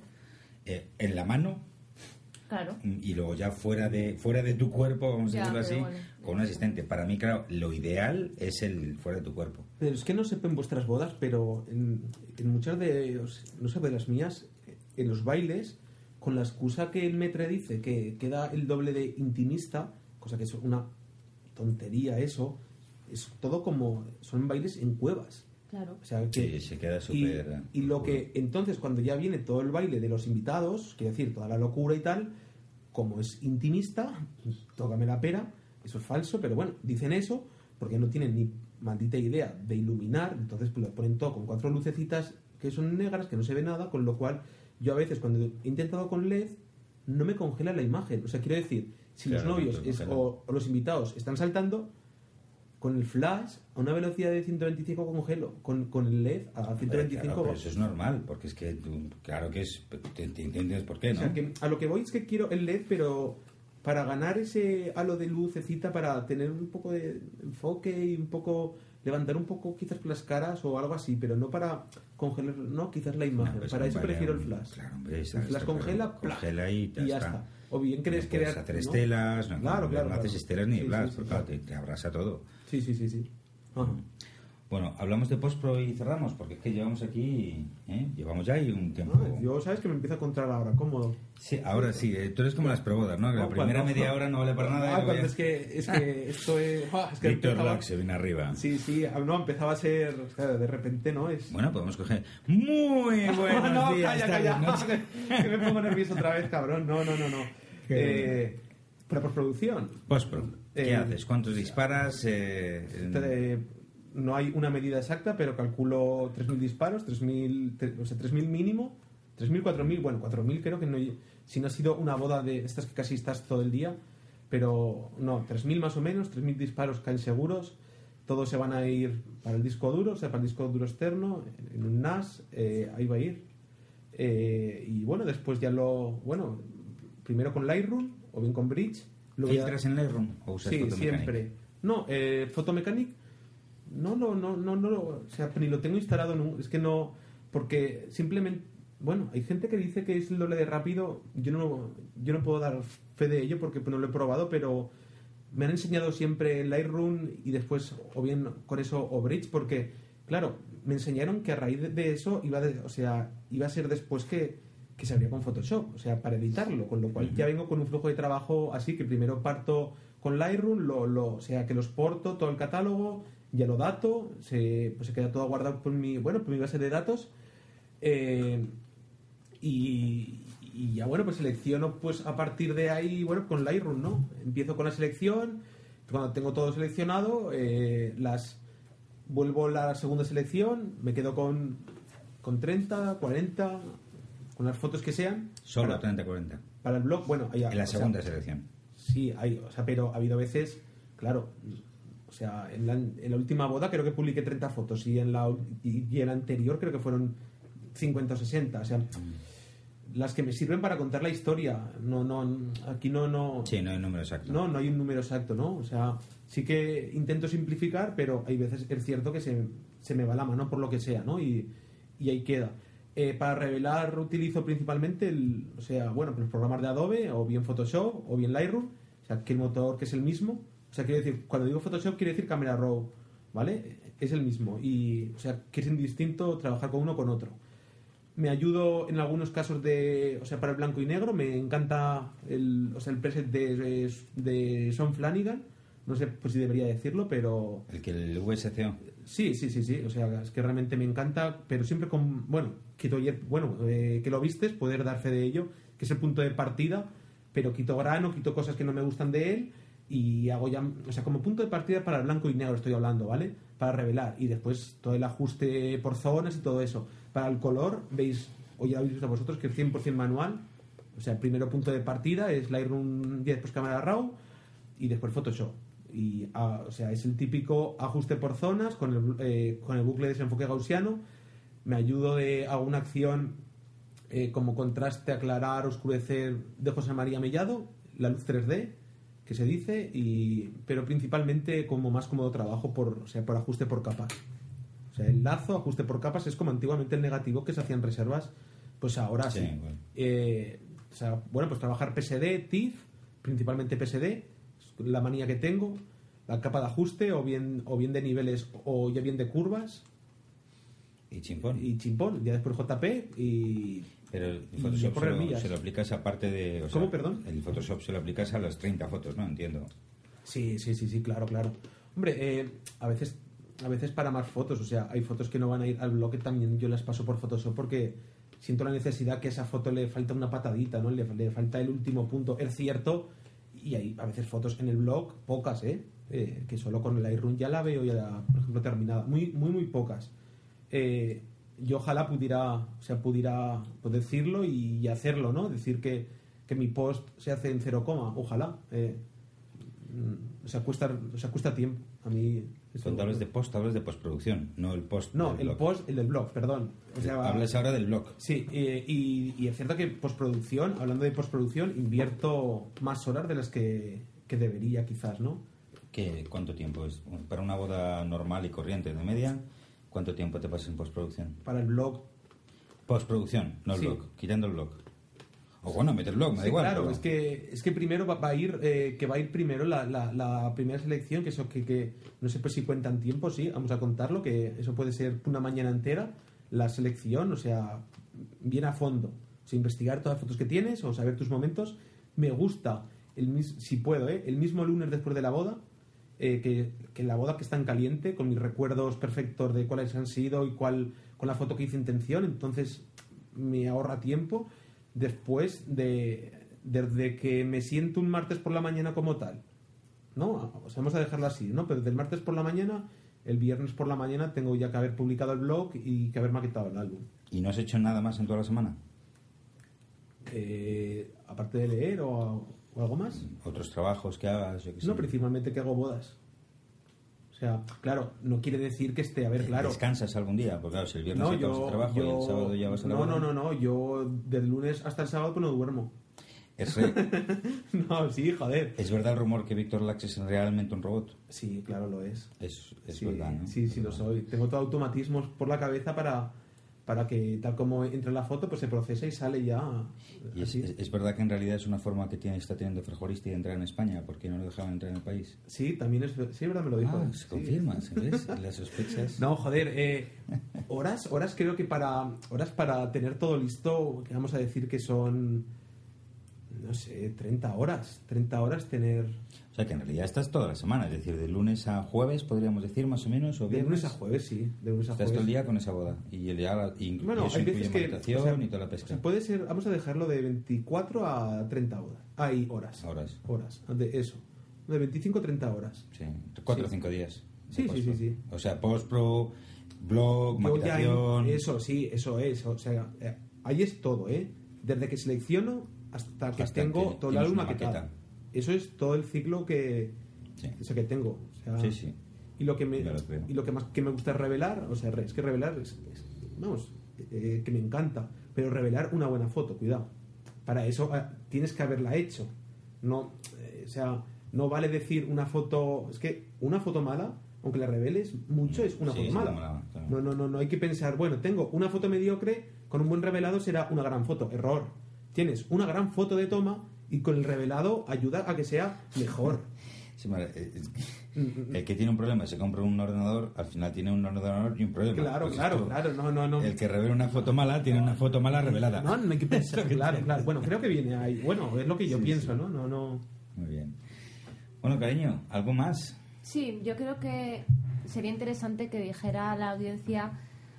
En la mano Claro. y luego ya fuera de tu cuerpo, vamos a Ya, decirlo así, pero bueno. con un asistente. Para mí, claro, lo ideal es el fuera de tu cuerpo. Pero es que no sé en vuestras bodas, pero en muchas de, no sé, de las mías, en los bailes, con la excusa que el metre dice que queda el doble de intimista, cosa que es una tontería eso, es todo como, son bailes en cuevas. Claro. O sea, que, Sí, se queda súper... y lo que entonces cuando ya viene todo el baile de los invitados, quiero decir, toda la locura y tal, como es intimista, tócame la pera, eso es falso, pero bueno, dicen eso porque no tienen ni maldita idea de iluminar, entonces pues lo ponen todo con 4 lucecitas que son negras, que no se ve nada, con lo cual yo a veces cuando he intentado con LED no me congela la imagen, o sea, quiero decir, si Claro, los novios no te congela. o los invitados están saltando, con el flash a una velocidad de 125 congelo, con el LED a 125 Claro, pero eso es normal, porque es que tú, claro que es... Te entiendes por qué, O ¿no? sea, que a lo que voy es que quiero el LED, pero para ganar ese halo de lucecita, para tener un poco de enfoque y un poco levantar un poco quizás las caras o algo así, pero no para congelar, no, quizás la imagen. No, pues para eso vale, prefiero el flash. Claro, hombre, El sabes, flash pero congela, ¡plá! congela y ya está. O bien quieres No puedes crear... hacer ¿no? estelas, no, Claro, no, claro, no haces claro. estelas ni Sí, flash, sí, porque claro. claro, te abrasa todo. Sí. Ajá. Bueno, hablamos de postpro y cerramos, porque es que llevamos aquí, llevamos ya ahí un tiempo. Ah, yo sabes que me empiezo a encontrar ahora cómodo. Sí, ahora sí, tú eres como las prebodas, ¿no? Que la No, primera cuando- media hora no vale para nada. y luego Cuando ya- es que esto es... es que Víctor empezaba- Black se viene arriba. Sí, no, empezaba a ser... O sea, de repente, ¿no? Es... Bueno, podemos coger... Muy buenos no, días, calla. tardes, noches. Que me pongo nervioso otra vez, cabrón. No. Para postproducción. Postpro, ¿qué Eh, haces? ¿Cuántos disparas? No hay una medida exacta, pero calculo 3.000 disparos, 3.000, o sea, 3.000 mínimo, 3.000, 4.000, bueno, 4.000 creo que no, si no ha sido una boda de estas que casi estás todo el día, pero no, 3.000 más o menos, 3.000 disparos caen seguros, todos se van a ir para el disco duro, o sea, para el disco duro externo, en un NAS, ahí va a ir. Y bueno, después ya primero con Lightroom o bien con Bridge. luego ya- ¿Filtras en Lightroom o usas Sí, Photomechanic? siempre. No, Photomechanic no, o sea, ni lo tengo instalado, es que no, porque simplemente, bueno, hay gente que dice que es el doble de rápido, yo no puedo dar fe de ello porque no lo he probado, pero me han enseñado siempre en Lightroom y después o bien con eso o Bridge, porque, claro, me enseñaron que a raíz de eso iba a ser después que se abría con Photoshop, o sea, para editarlo, con lo cual ya vengo con un flujo de trabajo así, que primero parto con Lightroom, o sea, que lo exporto, todo el catálogo, ya lo dato, se queda todo guardado por mi base de datos, y ya, bueno, pues selecciono pues a partir de ahí, bueno, con Lightroom, ¿no? Empiezo con la selección, cuando tengo todo seleccionado, vuelvo a la segunda selección, me quedo con 30, 40, con las fotos que sean. Solo para- 30-40. Para el blog, bueno, En la segunda selección. Sí, pero ha habido veces, claro, o sea, en la última boda creo que publiqué 30 fotos y en la anterior creo que fueron 50 o 60, o sea, las que me sirven para contar la historia, aquí no. Sí, no hay número exacto. No hay un número exacto, ¿no? O sea, sí que intento simplificar, pero hay veces es cierto que se me va la mano por lo que sea, ¿no? Y ahí queda. Para revelar utilizo principalmente pues los programas de Adobe, o bien Photoshop, o bien Lightroom, o sea, que el motor que es el mismo. O sea, quiero decir, cuando digo Photoshop quiere decir Camera Raw, ¿vale? Es el mismo. Y, o sea, que es indistinto trabajar con uno o con otro. Me ayudo en algunos casos para el blanco y negro. Me encanta el preset de Sean Flanagan. No sé pues si debería decirlo, pero... El VSCO. Sí. O sea, es que realmente me encanta, pero siempre con... que lo vistes, poder dar fe de ello, que es el punto de partida, pero quito grano, quito cosas que no me gustan de él y hago ya... O sea, como punto de partida para el blanco y negro estoy hablando, ¿vale? para revelar, y después todo el ajuste por zonas y todo eso. Para el color, veis, o ya habéis visto vosotros, que es 100% manual. O sea, el primero punto de partida es Lightroom y después cámara RAW y después Photoshop. Y, o sea, es el típico ajuste por zonas con el bucle de desenfoque gaussiano. Me ayudo de alguna acción como contraste, aclarar, oscurecer de José María Mellado, la luz 3D, que se dice, pero principalmente como más cómodo trabajo por ajuste por capas. O sea, el lazo, ajuste por capas, es como antiguamente el negativo que se hacían reservas, pues ahora sí. Bueno. Pues trabajar PSD, TIFF, principalmente PSD, la manía que tengo, la capa de ajuste, o bien de niveles o ya bien de curvas. Y chimpón. Ya después JP Pero el Photoshop se lo aplicas aparte de... ¿Cómo, perdón? El Photoshop se lo aplicas a las 30 fotos, ¿no? Entiendo. Sí, claro. Hombre, a veces para más fotos, o sea, hay fotos que no van a ir al blog, que también yo las paso por Photoshop porque siento la necesidad que a esa foto le falta una patadita, ¿no? Le falta el último punto. Es cierto, y hay a veces fotos en el blog, pocas, que solo con el Lightroom ya la veo, por ejemplo, terminada. Muy, muy, muy pocas. Yo ojalá pudiera decirlo y hacerlo, ¿no? Decir que mi post se hace en 0, ojalá. Cuesta tiempo. A mí... Cuando hablas de post, hablas de postproducción, no el post. No, el del blog, perdón. Hablas ahora del blog. Sí, y es cierto que postproducción, hablando de postproducción, invierto más horas de las que debería, quizás, ¿no? ¿Cuánto tiempo es? Para una boda normal y corriente de media, ¿cuánto tiempo te pasas en postproducción? Para el blog. Postproducción, no el blog, quitando el blog. O bueno, meter blog, me da igual. Claro, pero... es que primero va a ir primero la primera selección, que eso que no sé pues si cuentan tiempo, sí, vamos a contarlo, que eso puede ser una mañana entera, la selección, o sea, bien a fondo, o sea, investigar todas las fotos que tienes, o saber tus momentos. Me gusta, si puedo, el mismo lunes después de la boda, que la boda que está en caliente, con mis recuerdos perfectos de cuáles han sido y con la foto que hice intención, entonces me ahorra tiempo. Después desde que me siento un martes por la mañana como tal, ¿no? O sea, vamos a dejarlo así, ¿no? Pero del martes por la mañana, el viernes por la mañana tengo ya que haber publicado el blog y que haber maquetado el álbum. ¿Y no has hecho nada más en toda la semana? Aparte de leer o algo más. ¿Otros trabajos que hagas? Yo que sé. No, principalmente que hago bodas. O sea, claro, no quiere decir que esté... A ver, claro... ¿Descansas algún día? Porque claro, si el viernes acabas el trabajo y el sábado ya vas a la boda. No. Yo del lunes hasta el sábado pues no duermo. No, sí, joder. ¿Es verdad el rumor que Víctor Lax es realmente un robot? Sí, claro, lo es. Es sí, verdad, ¿no? Sí, lo soy. Tengo todo automatismos por la cabeza para que tal como entra la foto pues se procesa y sale ya. Y es verdad que en realidad es una forma que está teniendo Frejoristi de entrar en España, porque no lo dejaban entrar en el país. Sí, también es verdad, me lo dijo. Se confirma, ¿sabes? Las sospechas. No, joder, horas creo que para tener todo listo, que vamos a decir que son, no sé, 30 horas tener... O sea que en realidad estás toda la semana, es decir, de lunes a jueves, podríamos decir, más o menos, o de lunes a jueves, sí. De lunes a estás jueves. todo el día con esa boda. Y eso incluye meditación y toda la pesca. Puede ser, vamos a dejarlo de 24 a 30 horas. Hay horas. De eso. De 25 a 30 horas. Sí, 4 o 5 días. Sí. O sea, postpro, blog, maquetación... Eso es. O sea, ahí es todo, ¿eh? Desde que selecciono hasta que tengo todo el álbum maquetado. Eso es todo el ciclo que tengo. O sea, sí. Y lo que más que me gusta es revelar, o sea, es que revelar que me encanta, pero revelar una buena foto, cuidado. Para eso tienes que haberla hecho. No, o sea, no vale decir una foto, es que una foto mala, aunque la reveles mucho, es una foto mala. Claro. No hay que pensar, bueno, tengo una foto mediocre, con un buen revelado será una gran foto. Error. Tienes una gran foto de toma y con el revelado ayuda a que sea mejor. Sí, el que tiene un problema se compra un ordenador, al final tiene un ordenador y un problema. Claro, no. El que revela una foto mala tiene una foto mala revelada. No hay que pensar, claro. Bueno, creo que viene ahí. Bueno, es lo que yo pienso, ¿no? No. Muy bien. Bueno, cariño, ¿algo más? Sí, yo creo que sería interesante que dijera a la audiencia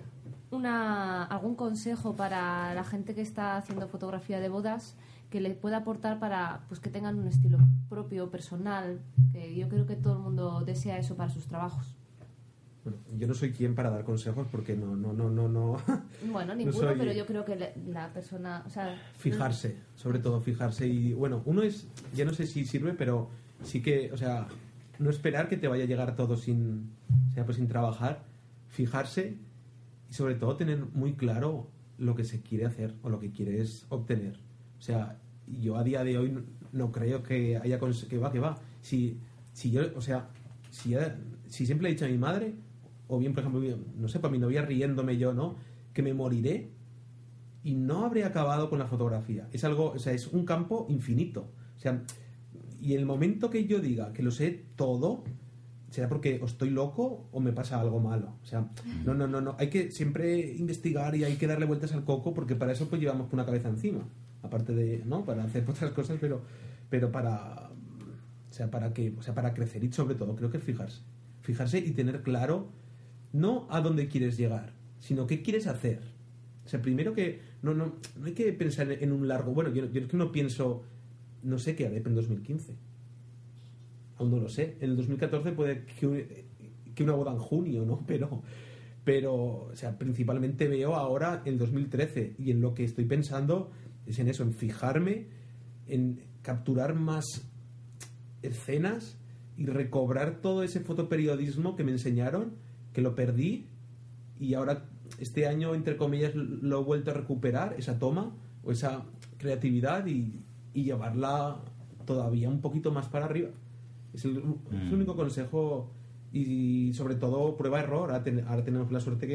algún consejo para la gente que está haciendo fotografía de bodas, que le pueda aportar para pues que tengan un estilo propio, personal, que yo creo que todo el mundo desea eso para sus trabajos. Bueno, yo no soy quien para dar consejos porque no. Bueno, no ninguno, soy- pero yo creo que la persona, o sea, Fijarse, sobre todo fijarse. Y bueno, uno es, ya no sé si sirve, pero sí que, o sea, no esperar que te vaya a llegar todo sin trabajar, fijarse y sobre todo tener muy claro lo que se quiere hacer o lo que quieres obtener. O sea, yo a día de hoy no creo que haya que va. Si yo, o sea, si siempre he dicho a mi madre, o bien, por ejemplo, no sé, para mi novia riéndome yo, ¿no? Que me moriré y no habré acabado con la fotografía. Es algo, o sea, es un campo infinito. O sea, y el momento que yo diga que lo sé todo, será porque o estoy loco o me pasa algo malo. O sea, no. Hay que siempre investigar y hay que darle vueltas al coco porque para eso pues llevamos una cabeza encima. Aparte de, ¿no? Para hacer otras cosas, pero para... para crecer y sobre todo creo que es fijarse. Fijarse y tener claro no a dónde quieres llegar, sino qué quieres hacer. O sea, primero que no hay que pensar en un largo... Bueno, yo es que no pienso... No sé qué haré en 2015. Aún no lo sé. En el 2014 puede que una boda en junio, ¿no? Pero, o sea, principalmente veo ahora en 2013 y en lo que estoy pensando es en eso, en fijarme, en capturar más escenas y recobrar todo ese fotoperiodismo que me enseñaron, que lo perdí y ahora este año, entre comillas, lo he vuelto a recuperar, esa toma o esa creatividad y llevarla todavía un poquito más para arriba. Es el único consejo y sobre todo prueba-error. Ahora tenemos la suerte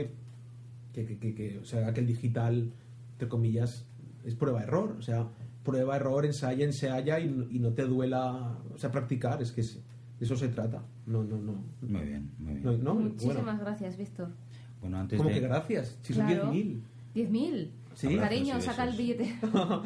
que o sea, que el digital, entre comillas, es prueba-error. O sea, prueba-error, ensaya y no te duela, o sea, practicar. Es que de eso se trata. No. Muy bien. Muchísimas gracias, Víctor. Bueno, antes ¿Cómo de... que gracias? Si Claro. son 10.000. 10.000. Sí. Cariño, Abrazos y saca el besos. billete.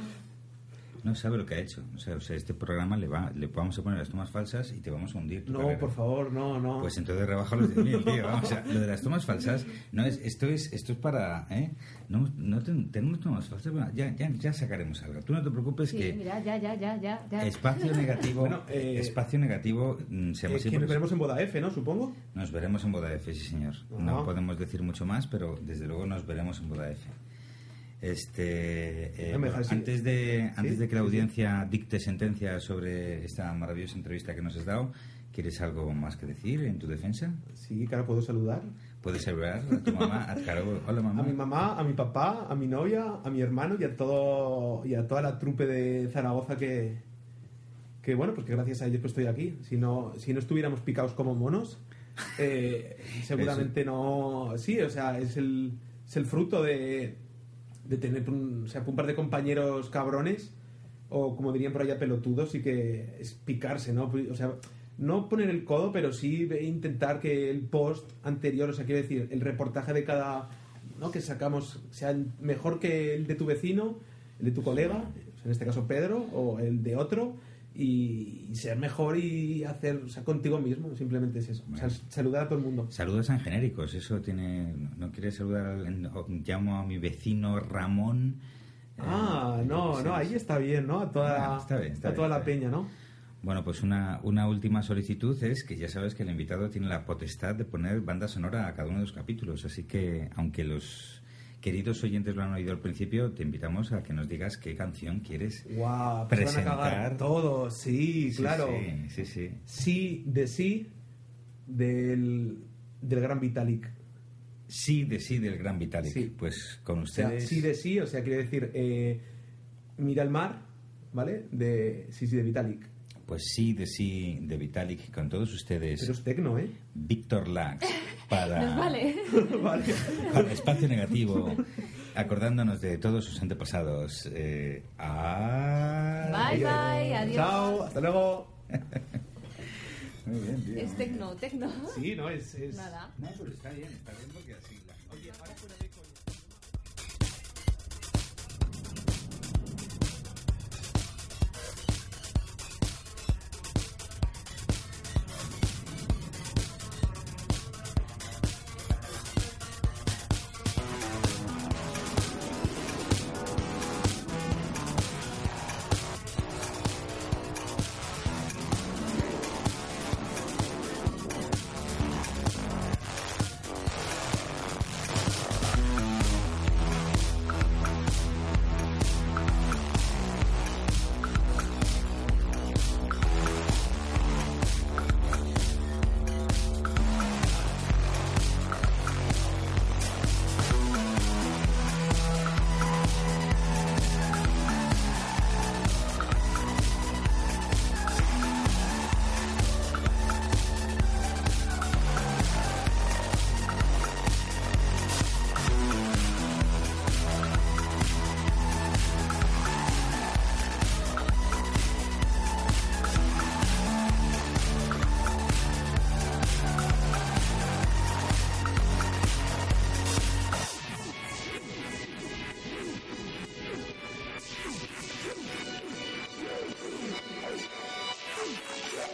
No sabe lo que ha hecho. O sea, este programa le vamos a poner las tomas falsas y te vamos a hundir. tu No, carrera. por favor, no. Pues entonces rebaja los 10.000, tío. Vamos, o sea, lo de las tomas falsas, esto es para, tenemos tomas falsas, bueno, ya sacaremos algo. Tú no te preocupes Sí, que mira, ya. espacio negativo, Bueno, espacio negativo, seamos Que nos veremos en Boda F, ¿no? Supongo. Nos veremos en Boda F, sí señor. Ajá. No podemos decir mucho más, pero desde luego nos veremos en Boda F. No me dejas, sí. Antes de que la Sí. audiencia dicte sentencia sobre esta maravillosa entrevista que nos has dado, ¿quieres algo más que decir en tu defensa? Sí, claro, puedo saludar. Puedes saludar a tu mamá, Claro, hola mamá. A mi mamá, a mi papá, a mi novia, a mi hermano y a toda la trupe de Zaragoza que bueno, pues que gracias a ellos pues estoy aquí. Si no estuviéramos picados como monos, seguramente no. Sí, o sea, es el fruto de tener un par de compañeros cabrones o como dirían por allá pelotudos y que es picarse, ¿no? O sea, no poner el codo, pero sí intentar que el post anterior, o sea, quiero decir, el reportaje de cada, ¿no? Que sacamos sea mejor que el de tu vecino, el de tu colega, o sea, en este caso Pedro, o el de otro, y ser mejor y hacer, o sea, contigo mismo, simplemente es eso. O sea, saludar a todo el mundo. Saludos en genéricos, eso tiene... ¿No quieres saludar? Llamo a mi vecino Ramón. No, ahí está bien, ¿no? A toda, Está bien, a toda la está bien. peña, ¿no? Bueno, pues una última solicitud es que ya sabes que el invitado tiene la potestad de poner banda sonora a cada uno de los capítulos, así que aunque los queridos oyentes lo han oído al principio, te invitamos a que nos digas qué canción quieres Guau, pues presentar. van a cagar todo, sí, claro. Sí. Sí del gran Vitalik. Sí del gran Vitalik. Sí. Pues con O sea, ustedes... sí de sí, o sea, quiere decir Mira el mar, ¿vale? De Vitalik. Pues sí de Vitalik, con todos ustedes, Pero es tecno, ¿eh? Víctor Lax, para... Nos vale. Vale. Con Espacio Negativo, acordándonos de todos sus antepasados. Bye, adiós. Chao, hasta luego. Muy bien, tío. Es tecno. Sí, no, es... Nada. No, pero está bien porque así... Oye, ahora fuera de coña.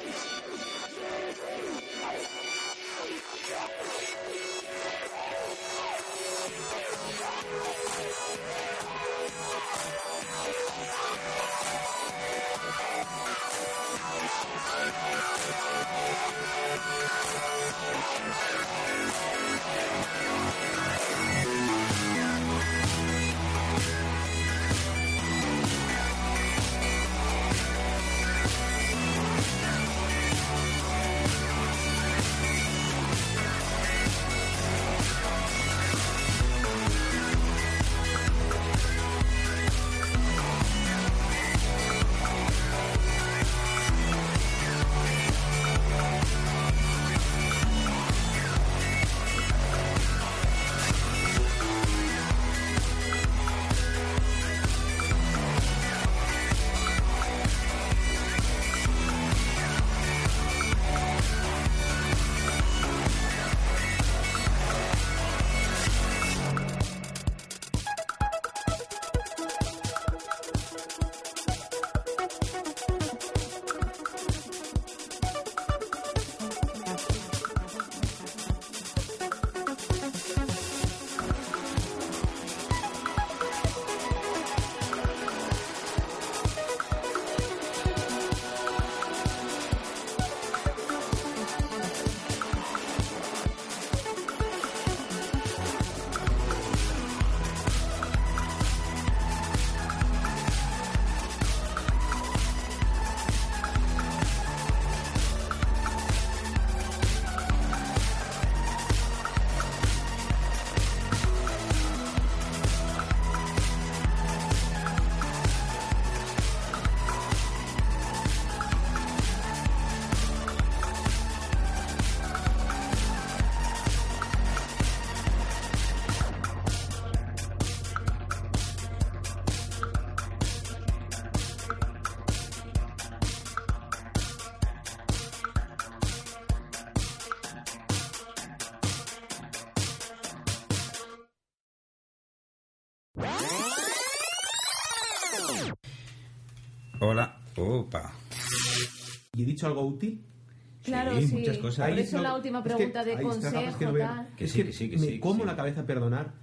Hola. Opa. ¿Y he dicho algo útil? Claro, Sí, sí. muchas cosas. Por eso no, la última es que pregunta de ahí está, consejo, es que no veo. tal. Que Es sí, que sí, que sí, me que como sí. la cabeza perdonar.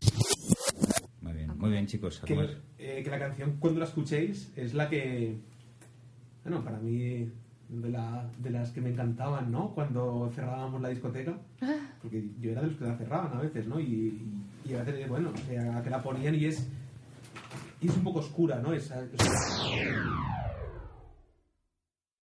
Muy bien, chicos. A Que, comer. que la canción, cuando la escuchéis, es la que... Bueno, para mí, de las que me encantaban, ¿no? Cuando cerrábamos la discoteca. Porque yo era de los que la cerraban a veces, ¿no? Y a veces, bueno, a que la ponían y es un poco oscura, ¿no?